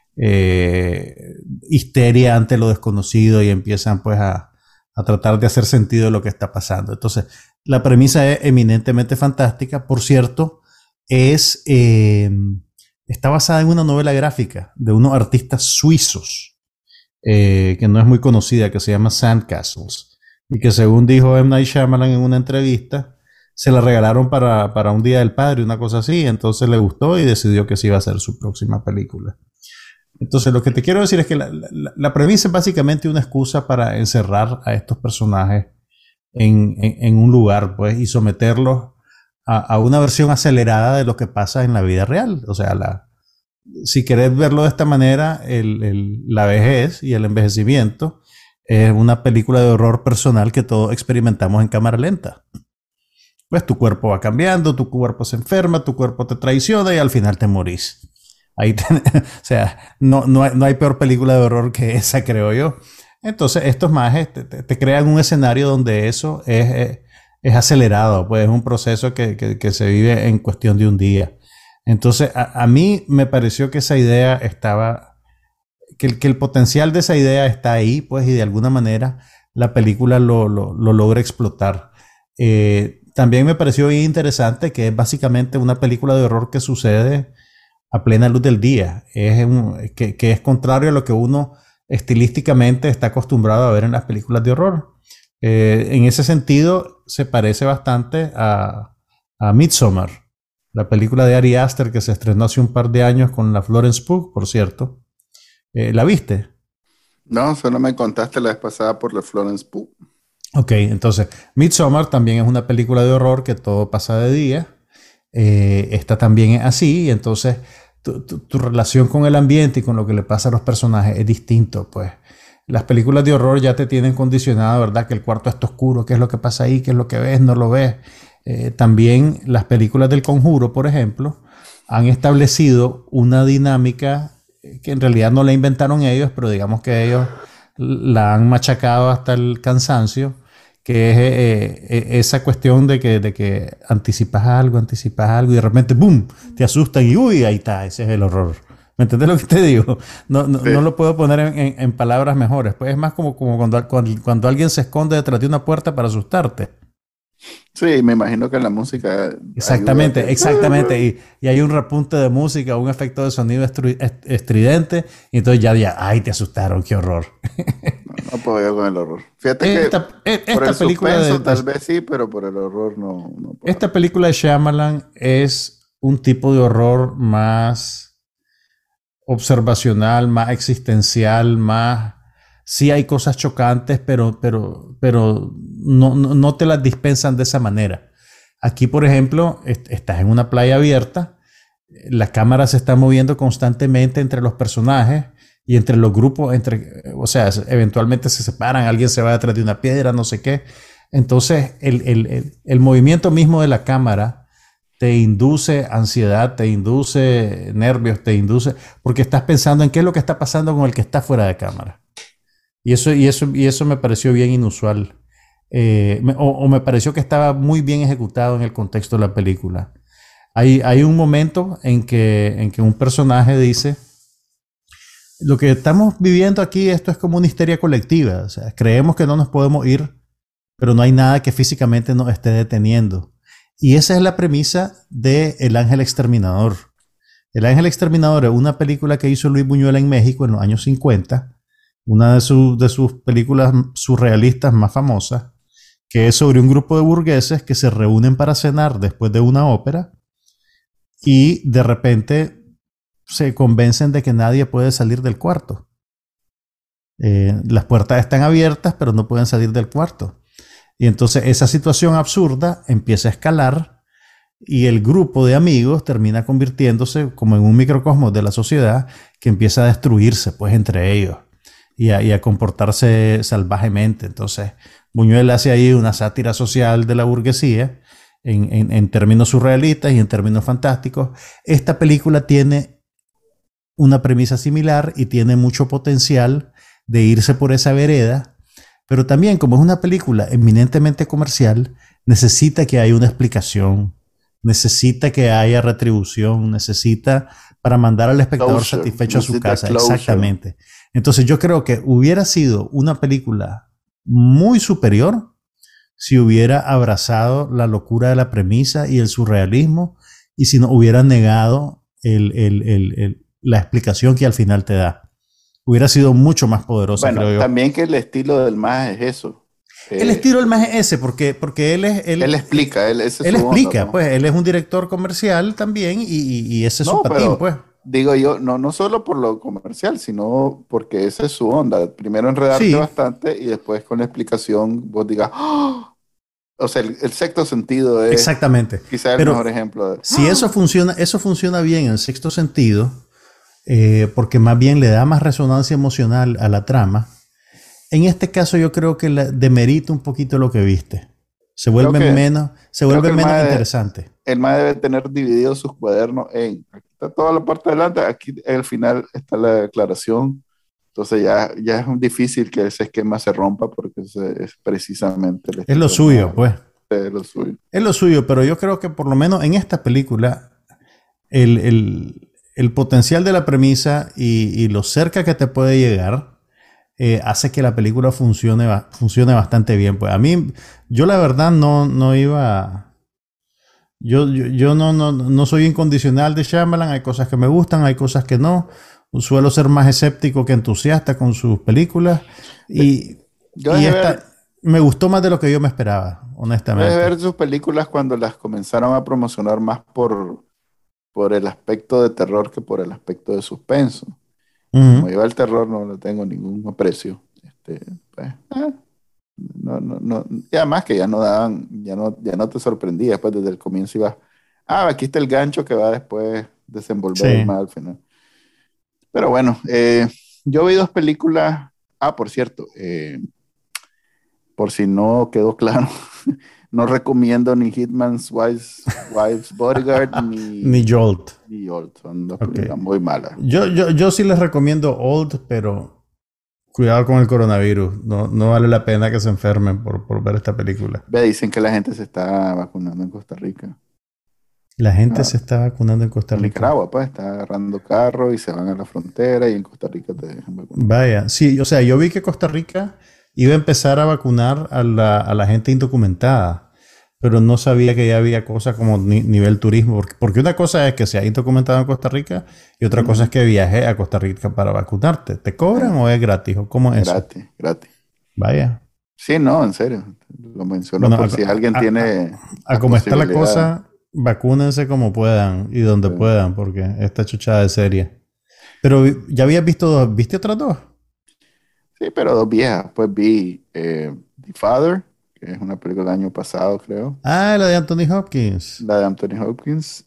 histeria ante lo desconocido y empiezan pues a tratar de hacer sentido de lo que está pasando. Entonces la premisa es eminentemente fantástica. Por cierto, es está basada en una novela gráfica de unos artistas suizos, que no es muy conocida, que se llama Sandcastles, y que según dijo M. Night Shyamalan en una entrevista, se la regalaron para un Día del Padre, una cosa así, entonces le gustó y decidió que sí iba a ser su próxima película. Entonces lo que te quiero decir es que la premisa es básicamente una excusa para encerrar a estos personajes en un lugar, pues, y someterlos a una versión acelerada de lo que pasa en la vida real. O sea, si querés verlo de esta manera, la vejez y el envejecimiento es una película de horror personal que todos experimentamos en cámara lenta. Pues tu cuerpo va cambiando, tu cuerpo se enferma, tu cuerpo te traiciona y al final te morís. O sea, no hay peor película de horror que esa, creo yo. Entonces, estos mages te crean un escenario donde eso es acelerado, pues es un proceso que se vive en cuestión de un día. Entonces, a mí me pareció que esa idea estaba, que el potencial de esa idea está ahí, pues, y de alguna manera la película lo logra explotar. También me pareció bien interesante que es básicamente una película de horror que sucede a plena luz del día. Que es contrario a lo que uno estilísticamente está acostumbrado a ver en las películas de horror. En ese sentido, se parece bastante a Midsommar, la película de Ari Aster que se estrenó hace un par de años con la Florence Pugh, por cierto. ¿La viste? No, solo me contaste la vez pasada por la Florence Pugh. Ok, entonces, Midsommar también es una película de horror que todo pasa de día. Esta también es así, y entonces tu relación con el ambiente y con lo que le pasa a los personajes es distinto, pues. Las películas de horror ya te tienen condicionado, ¿verdad? Que el cuarto está oscuro, qué es lo que pasa ahí, qué es lo que ves, no lo ves. También las películas del Conjuro, por ejemplo, han establecido una dinámica que en realidad no la inventaron ellos, pero digamos que ellos la han machacado hasta el cansancio, que es esa cuestión de que anticipas algo y de repente ¡boom! Te asustan y ¡uy! Ahí está, ese es el horror. ¿Me entiendes lo que te digo? No lo puedo poner en palabras mejores. Pues es más como cuando alguien se esconde detrás de una puerta para asustarte. Sí, me imagino que la música... Exactamente. Y hay un repunte de música, un efecto de sonido estridente, y entonces ya, ¡ay! Te asustaron, qué horror. No puedo yo con el horror. Fíjate que por el película suspenso tal vez sí, pero por el horror no puedo. Esta película de Shyamalan es un tipo de horror más observacional, más existencial, más... Sí hay cosas chocantes, pero no te las dispensan de esa manera. Aquí, por ejemplo, estás en una playa abierta, la cámara se está moviendo constantemente entre los personajes y entre los grupos, o sea, eventualmente se separan, alguien se va detrás de una piedra, no sé qué. Entonces, el movimiento mismo de la cámara te induce ansiedad, te induce nervios, porque estás pensando en qué es lo que está pasando con el que está fuera de cámara. Y eso me pareció bien inusual. Me pareció que estaba muy bien ejecutado en el contexto de la película. Hay un momento en que un personaje dice: lo que estamos viviendo aquí, esto es como una histeria colectiva. O sea, creemos que no nos podemos ir, pero no hay nada que físicamente nos esté deteniendo. Y esa es la premisa de El Ángel Exterminador. El Ángel Exterminador es una película que hizo Luis Buñuel en México en los años 50, una de sus películas surrealistas más famosas, que es sobre un grupo de burgueses que se reúnen para cenar después de una ópera y de repente se convencen de que nadie puede salir del cuarto. Las puertas están abiertas, pero no pueden salir del cuarto. Y entonces esa situación absurda empieza a escalar y el grupo de amigos termina convirtiéndose como en un microcosmos de la sociedad que empieza a destruirse, pues, entre ellos y a comportarse salvajemente. Entonces Buñuel hace ahí una sátira social de la burguesía en términos surrealistas y en términos fantásticos. Esta película tiene una premisa similar y tiene mucho potencial de irse por esa vereda, pero también, como es una película eminentemente comercial, necesita que haya una explicación, necesita que haya retribución, necesita para mandar al espectador satisfecho a su casa. Exactamente. Entonces yo creo que hubiera sido una película muy superior si hubiera abrazado la locura de la premisa y el surrealismo, y si no hubiera negado la explicación que al final te da. Hubiera sido mucho más poderosa, Bueno, creo yo. también que el estilo del más es eso. El estilo del más es ese, porque él es... Él explica, ese es él su explica, onda, ¿no? pues, él es un director comercial también y ese es su No, patín, pero pues. digo yo, no solo por lo comercial, sino porque esa es su onda. Primero enredarte Sí, bastante y después con la explicación vos digas, ¡oh! O sea, el sexto sentido es exactamente. quizás el Pero mejor ejemplo de, si eso funciona bien en Sexto Sentido, porque más bien le da más resonancia emocional a la trama. En este caso yo creo que demerita un poquito lo que viste. Se vuelve que- menos interesante. el MAE debe tener divididos sus cuadernos en, aquí está toda la parte de adelante, aquí al final está la declaración. Entonces ya es difícil que ese esquema se rompa porque es precisamente el Es lo estilo del suyo, MAE, pues. es lo suyo. Es lo suyo, pero yo creo que por lo menos en esta película el potencial de la premisa y lo cerca que te puede llegar hace que la película funcione bastante bien. Pues a mí, yo la verdad no iba... Yo no soy incondicional de Shyamalan. Hay cosas que me gustan, hay cosas que no. Suelo ser más escéptico que entusiasta con sus películas. Y esta me gustó más de lo que yo me esperaba, honestamente. Puedes ver sus películas cuando las comenzaron a promocionar más por el aspecto de terror que por el aspecto de suspenso. Como yo al terror no le tengo ningún aprecio. Pues, no. Y además que ya no daban, ya no te sorprendía. Después desde el comienzo ibas, aquí está el gancho que va después desenvolver el mal al final. Pero bueno, yo vi dos películas. Por cierto, por si no quedó claro, no recomiendo ni Hitman's Wife's Bodyguard ni Jolt. Ni Jolt, son dos películas muy malas. Yo sí les recomiendo Old, pero cuidado con el coronavirus. No vale la pena que se enfermen por ver esta película. Dicen que la gente se está vacunando en Costa Rica. La gente se está vacunando en Costa Rica. En Nicaragua, pues, está agarrando carro y se van a la frontera y en Costa Rica te dejan vacunar. Vaya, sí, o sea, yo vi que Costa Rica iba a empezar a vacunar a la gente indocumentada, pero no sabía que ya había cosas como nivel turismo, porque una cosa es que seas indocumentado en Costa Rica y otra cosa es que viajes a Costa Rica para vacunarte. ¿Te cobran o es gratis? ¿O cómo es eso? Gratis. Vaya. Sí, no, en serio. Lo menciono por si alguien tiene... Como está la cosa, vacúnense como puedan y donde puedan, porque esta chuchada es seria. Pero ya habías ¿viste otras dos? Sí, pero dos viejas. Pues vi The Father, que es una película del año pasado, creo. La de Anthony Hopkins. La de Anthony Hopkins.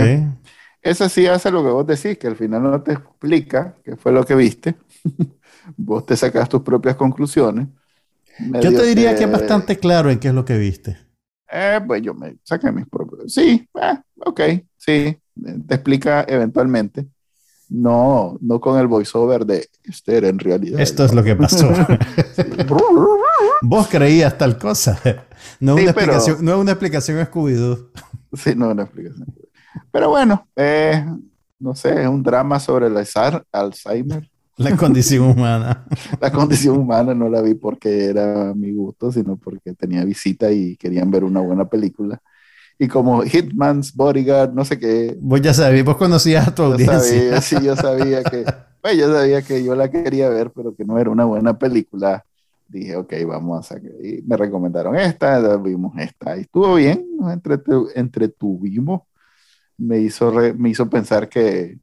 Esa sí hace lo que vos decís, que al final no te explica qué fue lo que viste. Vos te sacas tus propias conclusiones. Yo te diría que es bastante claro en qué es lo que viste. Pues yo me saqué mis propios. Sí, ok, sí. Te explica eventualmente. No con el voiceover de este era en realidad. Esto es lo que pasó. Vos creías tal cosa. No es una explicación Scooby-Doo. Sí, no es una explicación. Pero bueno, no sé, es un drama sobre el Alzheimer. La condición humana. La condición humana no la vi porque era mi gusto, sino porque tenía visita y querían ver una buena película. Y como Hitman's Bodyguard, no sé qué. Vos ya sabías, vos conocías a tu audiencia. Yo sabía que yo la quería ver, pero que no era una buena película. Dije, ok, vamos a sacar. Y me recomendaron esta, vimos esta. Y estuvo bien, nos entretuvimos. Me hizo pensar que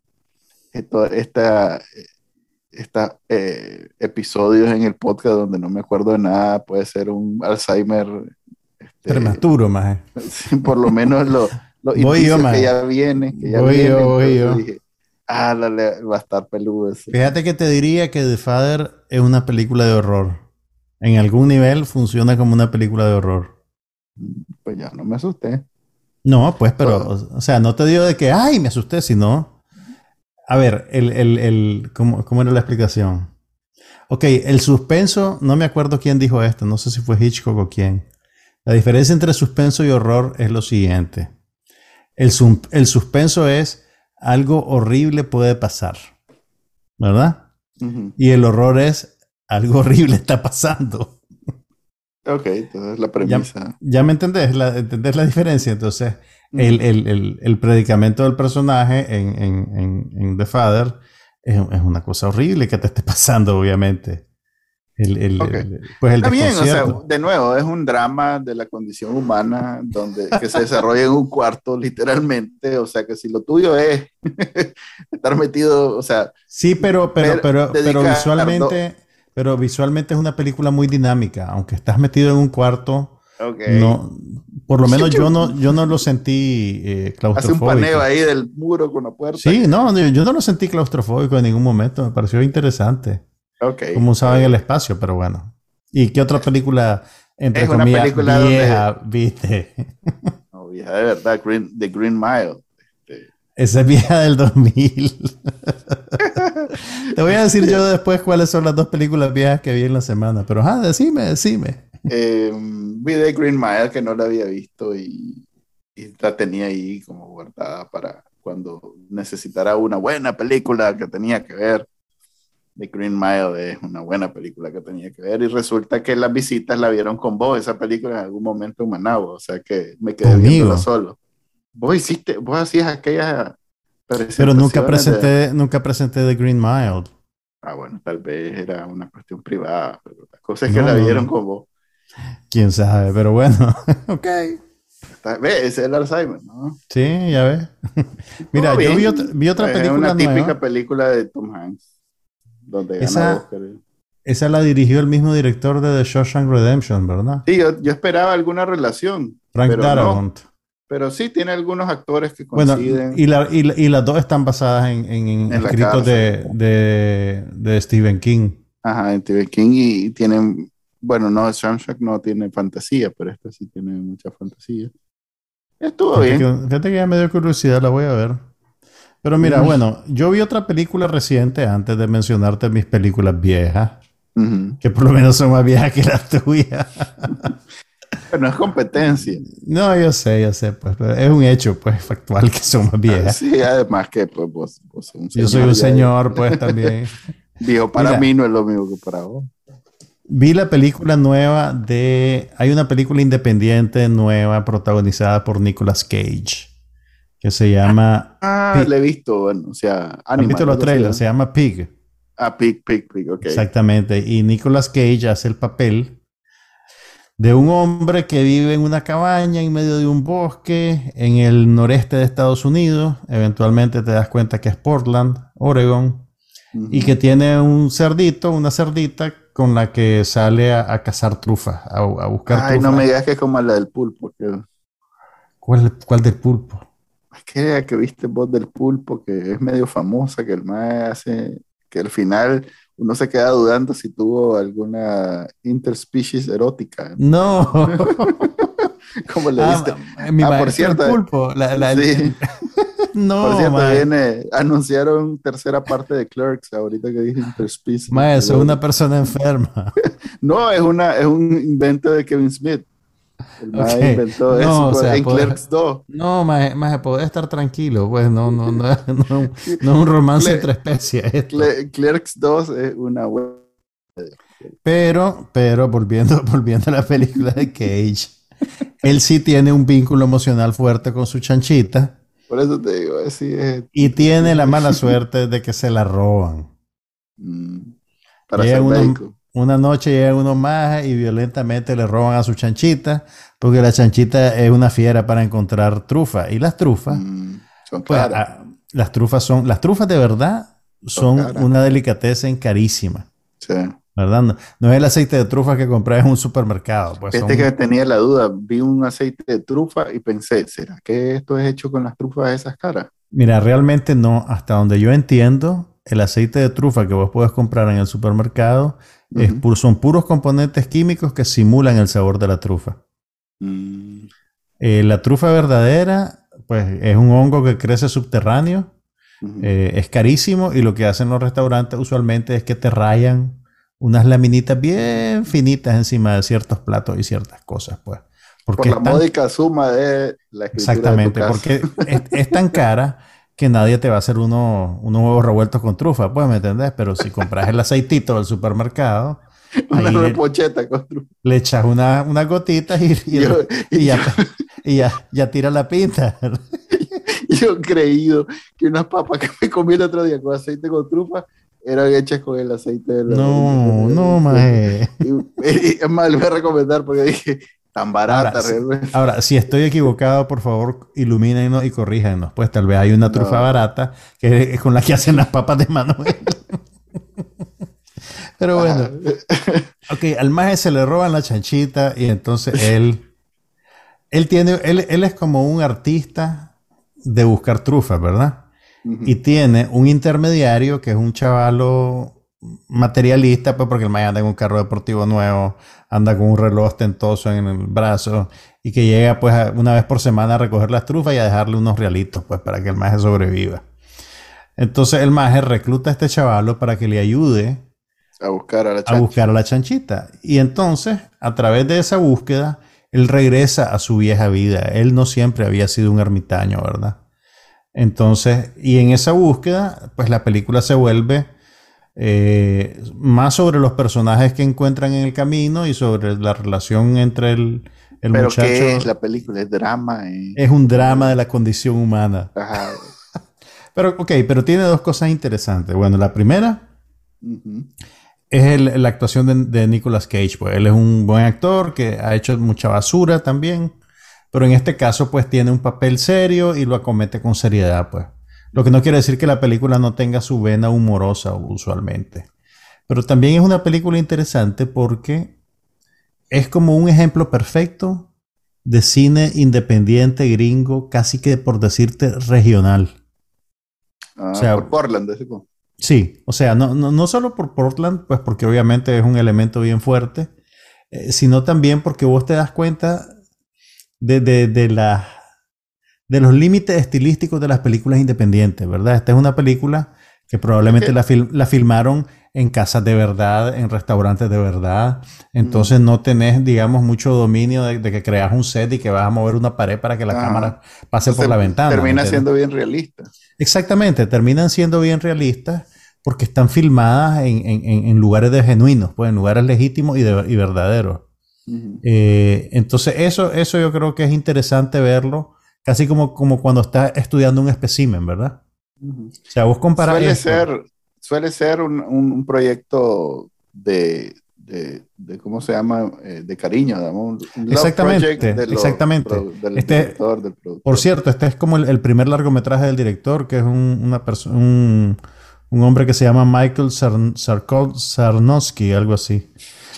estos episodios en el podcast donde no me acuerdo de nada, puede ser un Alzheimer prematuro, maje. Por lo menos los indicios que ya viene. Voy yo. Dije, va a estar peludo ese. Fíjate que te diría que The Father es una película de horror. En algún nivel funciona como una película de horror. Pues ya no me asusté. No, pues, pero, o sea, no te digo de que, me asusté, sino... A ver, ¿cómo era la explicación? Ok, el suspenso, no me acuerdo quién dijo esto, no sé si fue Hitchcock o quién. La diferencia entre suspenso y horror es lo siguiente. El suspenso es algo horrible puede pasar, ¿verdad? Uh-huh. Y el horror es algo horrible está pasando. Ok, entonces la premisa. ¿Ya me entendés? ¿Entendés la diferencia? Entonces, el predicamento del personaje en The Father es una cosa horrible que te esté pasando, obviamente. Pues el Está bien, o sea, desconcierto. de nuevo, es un drama de la condición humana que se desarrolla en un cuarto, literalmente. O sea, que si lo tuyo es estar metido, o sea, Sí, pero dedicar visualmente es una película muy dinámica. Aunque estás metido en un cuarto, ok. no, por lo menos yo no lo sentí Hace un claustrofóbico. paneo ahí del muro con la puerta. Sí, no, yo no lo sentí claustrofóbico en ningún momento. Me pareció interesante Ok. cómo usaban el espacio, pero bueno. ¿Y qué otra película, entre Es una comillas, película vieja viste? No, vieja, de verdad, The Green Mile. Esa es vieja del 2000. Te voy a decir yo después cuáles son las 2 películas viejas que vi en la semana. Pero, decime. Vi The Green Mile, que no la había visto y la tenía ahí como guardada para cuando necesitara una buena película que tenía que ver. The Green Mile es una buena película que tenía que ver y resulta que las visitas la vieron con vos, esa película en algún momento en Managua, o sea que me quedé viéndola solo. Vos hacías aquellas presentaciones. Pero nunca presenté The Green Mile. Bueno, tal vez era una cuestión privada, pero la cosa es que la vieron con vos. Quién sabe, pero bueno, ok. Ese es el Alzheimer, ¿no? Sí, ya ves. Mira, yo vi otra película una típica nueva. película de Tom Hanks. Donde gana Oscar. Esa la dirigió el mismo director de The Shawshank Redemption, ¿verdad? Sí, yo esperaba alguna relación. Frank Darabont. No, pero sí tiene algunos actores que coinciden. Bueno, y las 2 están basadas en escritos de Stephen King. Ajá, en Stephen King y tienen, bueno, no, Shawshank no tiene fantasía, pero esta sí tiene mucha fantasía. Estuvo bien. Fíjate que ya me dio curiosidad, la voy a ver. Pero mira, bueno, yo vi otra película reciente antes de mencionarte mis películas viejas, que por lo menos son más viejas que las tuyas. Pero no es competencia. No, yo sé, pues, pero es un hecho, pues, factual que son más viejas. Sí, además que pues, vos sos un señor. Yo soy un señor, pues, también. Viejo para mí no es lo mismo que para vos. Vi la película nueva hay una película independiente nueva protagonizada por Nicolas Cage. Que se llama... la he visto, bueno, o sea... ¿Has visto los trailers? Se llama Pig. Pig, ok. Exactamente. Y Nicolas Cage hace el papel de un hombre que vive en una cabaña en medio de un bosque en el noreste de Estados Unidos. Eventualmente te das cuenta que es Portland, Oregon. Y que tiene un cerdito, una cerdita con la que sale a cazar trufas, a buscar trufas. Ay, no me digas que es como la del pulpo. ¿Cuál del pulpo? Que viste vos del pulpo, que es medio famosa, que el mae hace, que al final uno se queda dudando si tuvo alguna interspecies erótica. No. ¿Cómo le diste? Por cierto, el pulpo. Sí. No, por cierto, anunciaron tercera parte de Clerks, ahorita que dije interspecies. Eso es una persona enferma. No, es un invento de Kevin Smith. El mae inventó eso en Clerks 2. No, más podés estar tranquilo, pues no es un romance entre especies. Clerks 2 es una buena. Pero volviendo a la película de Cage, él sí tiene un vínculo emocional fuerte con su chanchita. Por eso te digo, así es. Y tiene la mala suerte de que se la roban. Para ser médico. Una noche llegan unos majas y violentamente le roban a su chanchita, porque la chanchita es una fiera para encontrar trufas. Y las trufas, son caras. Las trufas de verdad son una delicatessen carísima. Sí. ¿Verdad? No es el aceite de trufa que compras en un supermercado. Pues que tenía la duda, vi un aceite de trufa y pensé, ¿será que esto es hecho con las trufas de esas caras? Mira, realmente no. Hasta donde yo entiendo, el aceite de trufa que vos puedes comprar en el supermercado son puros componentes químicos que simulan el sabor de la trufa. La trufa verdadera, pues es un hongo que crece subterráneo, es carísimo y lo que hacen los restaurantes usualmente es que te rayan unas laminitas bien finitas encima de ciertos platos y ciertas cosas, pues. Por la módica suma de la escritura. Exactamente, de tu porque es tan cara que nadie te va a hacer unos huevos revueltos con trufa, pues, ¿me entendés? Pero si compras el aceitito del supermercado, una repocheta con trufa. Le echas unas gotitas y ya Y ya tira la pinta. Yo he creído que unas papas que me comí el otro día con aceite con trufa eran hechas con el aceite de la... No, maje. Y es más, le voy a recomendar porque dije, tan barata realmente. Ahora, si estoy equivocado, por favor, ilumínenos y corríjanos. Pues tal vez hay una trufa barata que es con la que hacen las papas de Manuel. Pero bueno. Ok, al maje se le roban la chanchita y entonces él es como un artista de buscar trufas, ¿verdad? Y tiene un intermediario que es un chavalo materialista, pues porque el maje anda en un carro deportivo nuevo, anda con un reloj ostentoso en el brazo y que llega pues una vez por semana a recoger las trufas y a dejarle unos realitos pues para que el maje sobreviva. Entonces el maje recluta a este chavalo para que le ayude a buscar a la chanchita. Y entonces, a través de esa búsqueda, él regresa a su vieja vida. Él no siempre había sido un ermitaño, ¿verdad? Entonces, y en esa búsqueda, pues la película se vuelve más sobre los personajes que encuentran en el camino y sobre la relación entre el ¿Pero muchacho. qué es la película? ¿Es drama? Es un drama de la condición humana. Ajá. Pero tiene dos cosas interesantes. Bueno, la primera es la actuación de Nicolas Cage. Pues él es un buen actor que ha hecho mucha basura también, pero en este caso pues tiene un papel serio y lo acomete con seriedad, pues. Lo que no quiere decir que la película no tenga su vena humorosa usualmente. Pero también es una película interesante porque es como un ejemplo perfecto de cine independiente gringo, casi que por decirte regional. O sea, por Portland, sí, o sea, no solo por Portland, pues porque obviamente es un elemento bien fuerte, sino también porque vos te das cuenta de los límites estilísticos de las películas independientes, ¿verdad? Esta es una película que probablemente la filmaron en casas de verdad, en restaurantes de verdad. Entonces no tenés, digamos, mucho dominio de que creas un set y que vas a mover una pared para que la cámara pase por la ventana. Termina siendo bien realista. Exactamente, terminan siendo bien realistas porque están filmadas en lugares genuinos, pues en lugares legítimos y verdaderos. Entonces eso yo creo que es interesante verlo, casi como cuando estás estudiando un espécimen, ¿verdad? O sea, vos comparás Suele ser un proyecto de ¿cómo se llama? De cariño, digamos. Exactamente. Por cierto, este es como el primer largometraje del director, que es un hombre que se llama Michael Sarnowski, algo así.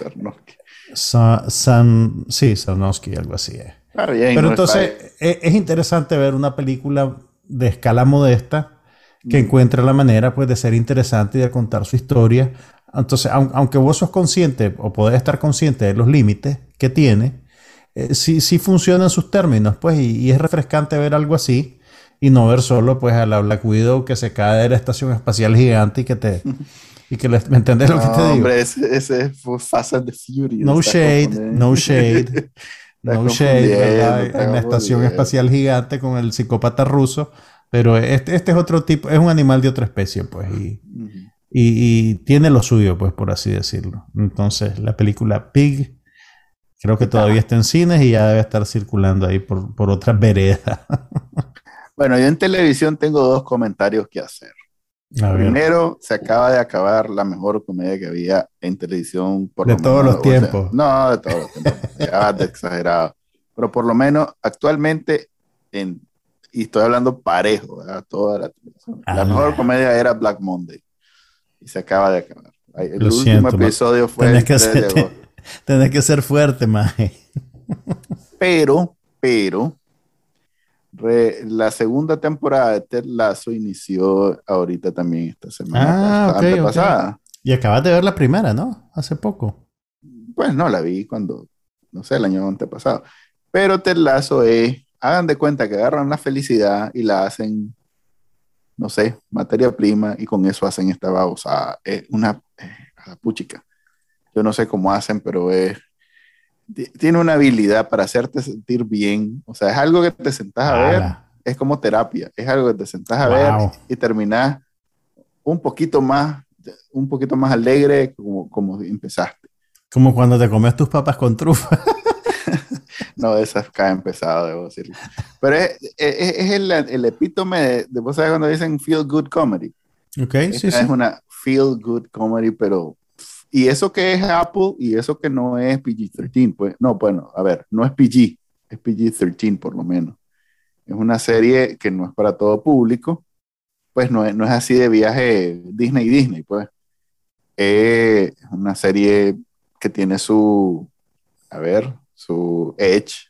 Sarnowski, algo así es. Pero entonces es interesante ver una película de escala modesta que encuentra la manera pues de ser interesante y de contar su historia. Entonces, aunque vos sos consciente o podés estar consciente de los límites que tiene, sí funciona en sus términos, pues, y es refrescante ver algo así y no ver solo pues a la Black Widow que se cae de la estación espacial gigante ¿me entendés lo que te digo? Hombre, ese fue Fast and the Furious. No shade, ¿verdad? En la estación espacial gigante con el psicópata ruso. Pero este es otro tipo, es un animal de otra especie, pues, y tiene lo suyo, pues, por así decirlo. Entonces, la película Pig, creo que todavía está en cines y ya debe estar circulando ahí por otras veredas. Bueno, yo en televisión tengo dos comentarios que hacer. Primero, se acaba de acabar la mejor comedia que había en televisión. De todos los tiempos. No, de todos los tiempos. Ya de exagerado. Pero por lo menos, actualmente, y estoy hablando parejo, ¿verdad? Toda la mejor comedia era Black Monday. Y se acaba de acabar. El último episodio fue el 3 de agosto. Tenés que ser fuerte, maje. Pero, la segunda temporada de Ted Lasso inició ahorita también esta semana. Antepasada. Y acabas de ver la primera, ¿no? Hace poco. Pues no, la vi no sé, el año antepasado. Pero Ted Lasso hagan de cuenta que agarran la felicidad y la hacen, no sé, materia prima, y con eso hacen esta babosa. Es una puchica. Yo no sé cómo hacen, pero tiene una habilidad para hacerte sentir bien. O sea, es algo que te sentás a ver, es como terapia. Es algo que te sentás a ver y terminás un poquito más alegre como empezaste. Como cuando te comes tus papas con trufa. No, esas caen pesado, debo decirlo. Pero es el epítome vos sabés cuando dicen feel good comedy. Ok, sí, Esta sí. es una feel good comedy, pero... Y eso que es Apple y eso que no es PG-13, pues, no, bueno, a ver, no es PG, es PG-13 por lo menos. Es una serie que no es para todo público, pues no es así de viaje Disney, pues. Es una serie que tiene su edge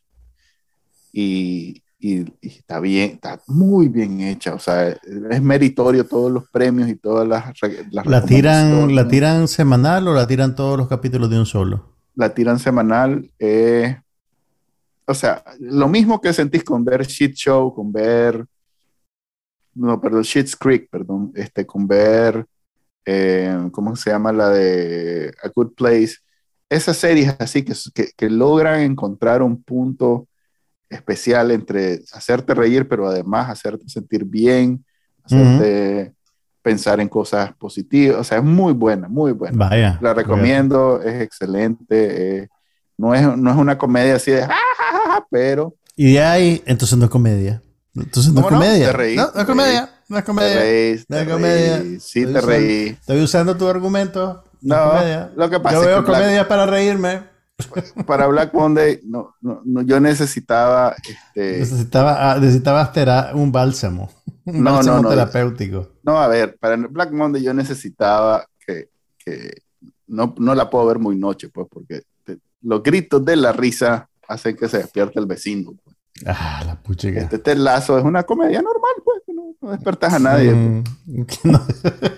y está bien, está muy bien hecha, o sea, es meritorio todos los premios y todas las ¿La recomendaciones. tiran semanal o la tiran todos los capítulos de un solo? La tiran semanal, o sea, lo mismo que sentís con ver Shit Show, con ver, no, perdón, Schitt's Creek, perdón, con ver, ¿cómo se llama la de A Good Place? Esas series así que logran encontrar un punto especial entre hacerte reír, pero además hacerte sentir bien, Ujú. hacerte pensar en cosas positivas. O sea, es muy buena, muy buena. Vaya, La fíjate. recomiendo, es excelente. No es una comedia así de, "Ja, ja, ja, ja", pero Y de ahí, entonces no es comedia. Entonces no es ¿cómo no? Te comedia. reís, No, no te es reís, comedia. No es te comedia. reís, No te es comedia. reís, sí te reís. Estoy usando tu argumento. No es No, comedia. lo que Yo pasa es que veo comedia para reírme. Para Black Monday, yo necesitaba, Necesitabas un bálsamo. Un no, no, bálsamo no, terapéutico. no, a ver, para Black Monday yo necesitaba que no la puedo ver muy noche, pues, porque los gritos de la risa hacen que se despierte el vecino, pues. Ah, la puchica. Ted Lasso es una comedia normal, pues, que no despertas a nadie, pues. Que no.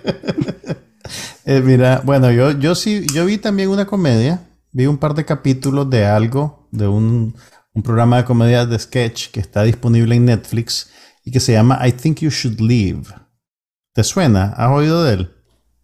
Mira, bueno, yo sí, yo vi también una comedia. Vi un par de capítulos de algo, de un programa de comedia de sketch que está disponible en Netflix y que se llama I Think You Should Leave. ¿Te suena? ¿Has oído de él?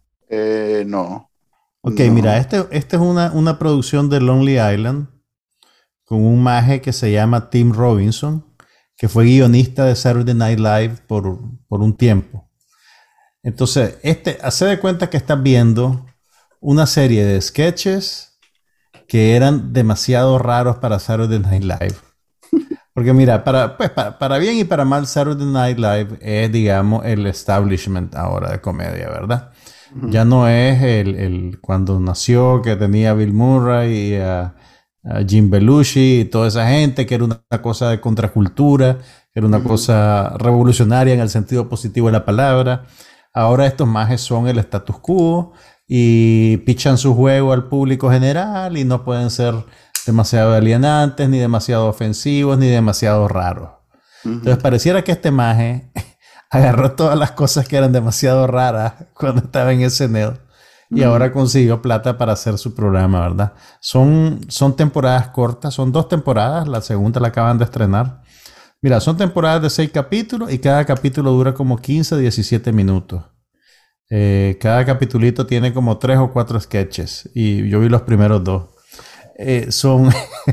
No, Ok, mira, no. este es una producción de Lonely Island con un maje que se llama Tim Robinson, que fue guionista de Saturday Night Live por un tiempo. Entonces, hace de cuenta que estás viendo una serie de sketches que eran demasiado raros para Saturday Night Live. Porque mira, para bien y para mal, Saturday Night Live es, digamos, el establishment ahora de comedia, ¿verdad? Ujú, Ya no es el cuando nació, que tenía a Bill Murray y a Jim Belushi y toda esa gente, que era una cosa de contracultura, que era una ujú, cosa revolucionaria en el sentido positivo de la palabra. Ahora estos majes son el status quo y pichan su juego al público general y no pueden ser demasiado alienantes, ni demasiado ofensivos, ni demasiado raros. Entonces ujú, pareciera que este maje agarró todas las cosas que eran demasiado raras cuando estaba en SNL y ahora ujú, consiguió plata para hacer su programa, ¿verdad? Son temporadas cortas, son 2 temporadas, la segunda la acaban de estrenar. Mira, son temporadas de 6 capítulos y cada capítulo dura como 15, 17 minutos. Cada capitulito tiene como 3 o 4 sketches y yo vi los primeros 2. Son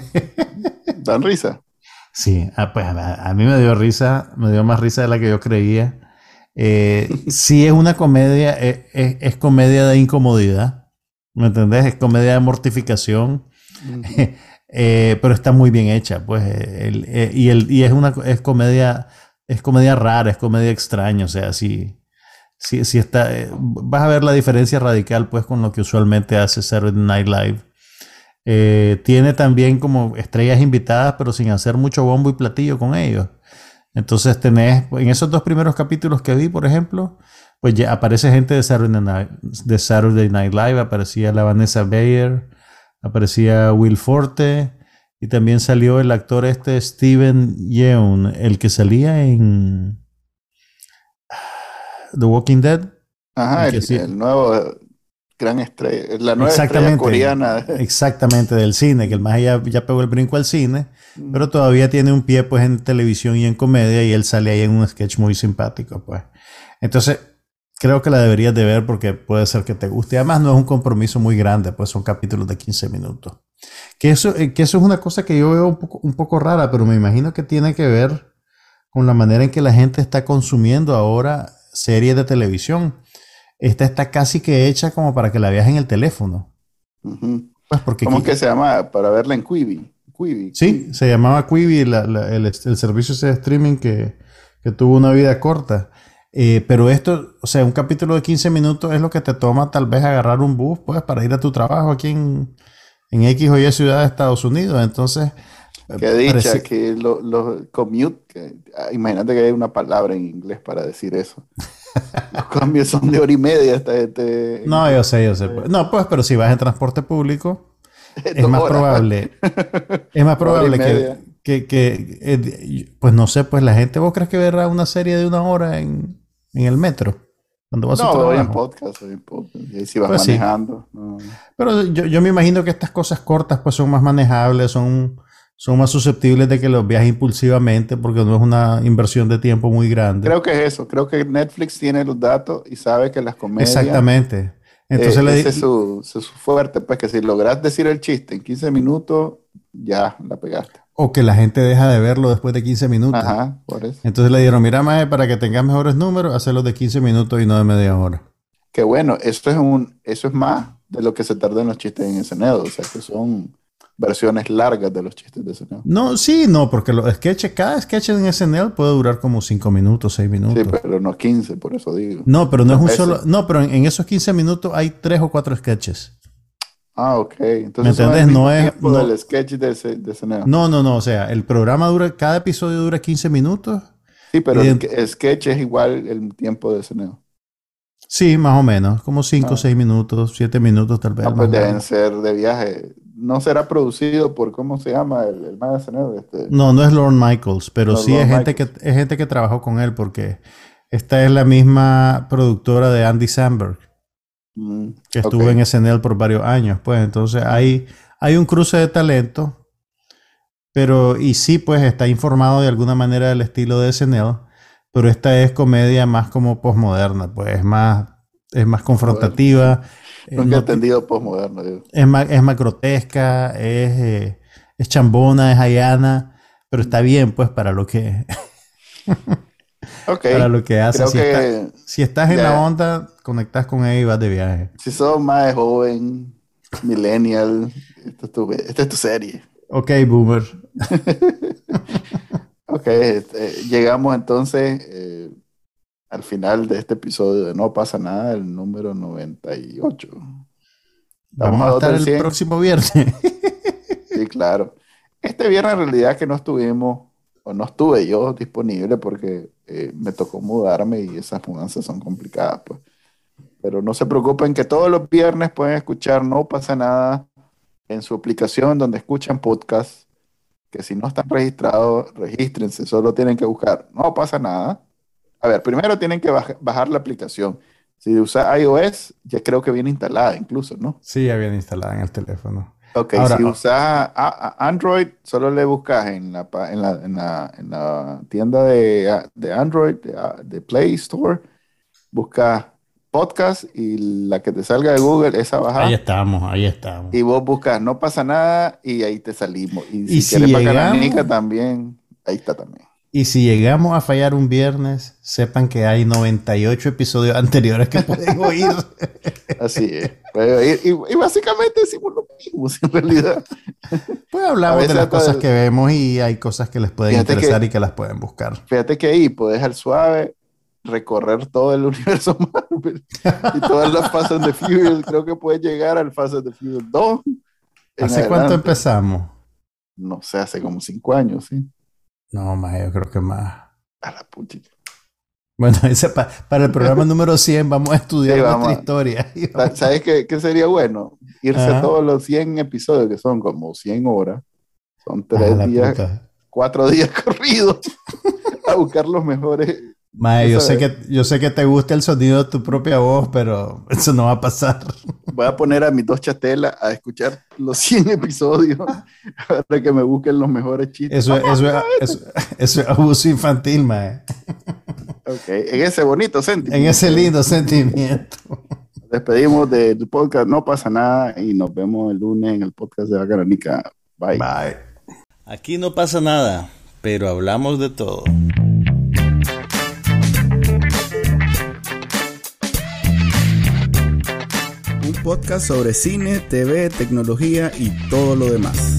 Dan risa. Sí, pues a mí me dio risa, me dio más risa de la que yo creía. Sí es una comedia, es comedia de incomodidad, ¿me entendés? Es comedia de mortificación, Ujú, pero está muy bien hecha, pues, y es comedia rara, es comedia extraña, o sea, sí está, vas a ver la diferencia radical, pues, con lo que usualmente hace Saturday Night Live. Tiene también como estrellas invitadas, pero sin hacer mucho bombo y platillo con ellos. Entonces tenés, en esos 2 primeros capítulos que vi, por ejemplo, pues ya aparece gente de Saturday Night Live, aparecía la Vanessa Bayer, aparecía Will Forte, y también salió el actor Steven Yeun, el que salía en The Walking Dead, ajá, el que el sí, nuevo gran estrella, la nueva estrella exactamente, coreana. exactamente del cine, que el más ya pegó el brinco al cine, pero Ujú, todavía tiene un pie pues en televisión y en comedia y él sale ahí en un sketch muy simpático pues. Entonces, creo que la deberías de ver porque puede ser que te guste. Además, no es un compromiso muy grande, pues son capítulos de 15 minutos. Que eso es una cosa que yo veo un poco rara, pero me imagino que tiene que ver con la manera en que la gente está consumiendo ahora series de televisión. Esta está casi que hecha como para que la veas en el teléfono. ujú. Pues porque ¿Cómo es que se llama para verla en Quibi? Quibi. Sí, se llamaba Quibi, el servicio ese de streaming que tuvo una vida corta. Pero esto, o sea, un capítulo de 15 minutos es lo que te toma tal vez agarrar un bus, pues, para ir a tu trabajo aquí en X o Y ciudad de Estados Unidos. Entonces, qué dicha que los commute, imagínate que hay una palabra en inglés para decir eso. Los cambios son de 1 hora y media hasta No, yo sé. No, pues, pero si vas en transporte público, es más probable. Es más probable que pues no sé, pues la gente, ¿vos crees que verá una serie de 1 hora en el metro? Cuando vas a No, trabajo. voy en podcast. Y ahí si vas pues manejando. Sí. No. Pero yo me imagino que estas cosas cortas pues son más manejables, son más susceptibles de que los viajes impulsivamente porque no es una inversión de tiempo muy grande. Creo que es eso. Creo que Netflix tiene los datos y sabe que las comedias... Exactamente. Entonces ese es su fuerte, pues que si logras decir el chiste en 15 minutos, ya la pegaste. O que la gente deja de verlo después de 15 minutos. Ajá, por eso. Entonces le dieron, mira, maje, para que tengas mejores números, hacerlo de 15 minutos y no de media hora. Que bueno, eso es más de lo que se tarda en los chistes en SNL. O sea, que son versiones largas de los chistes de SNL. No, sí, no, porque los sketches, cada sketch en SNL puede durar como 5 minutos, 6 minutos. Sí, pero no 15, por eso digo. No, pero no es un solo... No, pero en esos 15 minutos hay 3 o 4 sketches. Ah, ok. Entonces, ¿me entiendes? No es... No, del sketch de SNL. No. O sea, el programa cada episodio dura 15 minutos. Sí, pero el sketch es igual el tiempo de SNL. Sí, más o menos. Como 5, 6 minutos, 7 minutos tal vez. No, pues deben ser de viaje. No será producido por, ¿cómo se llama? El más de SNL. No es Lorne Michaels, pero sí es gente que trabajó con él porque esta es la misma productora de Andy Samberg. Que estuvo en SNL por varios años, pues entonces hay un cruce de talento, pero y sí, pues está informado de alguna manera del estilo de SNL, pero esta es comedia más como posmoderna, pues es más confrontativa. Nunca he entendido posmoderna. Es más grotesca, es chambona, es allana, pero está bien, pues para lo que... Okay. Para lo que haces. Si estás en la onda, conectas con él y vas de viaje. Si sos más joven, millennial, esta es tu serie. Ok, boomer. Ok, llegamos entonces al final de este episodio de No Pasa Nada, el número 98. Vamos a estar el próximo viernes. Sí, claro. Este viernes en realidad que no estuve yo disponible porque me tocó mudarme y esas mudanzas son complicadas, pues. Pero no se preocupen que todos los viernes pueden escuchar No Pasa Nada en su aplicación donde escuchan podcast, que si no están registrados, regístrense, solo tienen que buscar No Pasa Nada. A ver, primero tienen que bajar la aplicación. Si usa iOS, ya creo que viene instalada incluso, ¿no? Sí, ya viene instalada en el teléfono. Ok, ahora, si usas Android, solo le buscas en la tienda de Android, de Play Store, buscas podcast y la que te salga de Google, esa baja. Ahí estamos. Y vos buscas No Pasa Nada y ahí te salimos. Y si quieres Bacananica también, ahí está también. Y si llegamos a fallar un viernes, sepan que hay 98 episodios anteriores que pueden oír. Así es. Y básicamente decimos lo mismo, en realidad. Pues hablamos de las cosas que vemos y hay cosas que les pueden interesar y que las pueden buscar. Fíjate que ahí puedes al suave recorrer todo el universo Marvel y todas las Fast and the Furious. Creo que puedes llegar al Fast and the Furious 2. ¿Hace cuánto empezamos? No sé, hace como 5 años, sí. No, más, yo creo que más. A la puchita. Bueno, para el programa número 100 vamos a estudiar nuestra historia. ¿Sabes qué sería bueno? Irse todos los 100 episodios, que son como 100 horas. Son 3 días, 4 días corridos a buscar los mejores. Mae, yo sé que te gusta el sonido de tu propia voz, pero eso no va a pasar. Voy a poner a mis 2 chatelas a escuchar los 100 episodios para que me busquen los mejores chistes. Eso es abuso infantil, mae. Ok, en ese bonito sentimiento. En ese lindo sentimiento. Nos despedimos del podcast No Pasa Nada y nos vemos el lunes en el podcast de Bacananica. Bye. Bye. Aquí no pasa nada, pero hablamos de todo. Un podcast sobre cine, TV, tecnología y todo lo demás.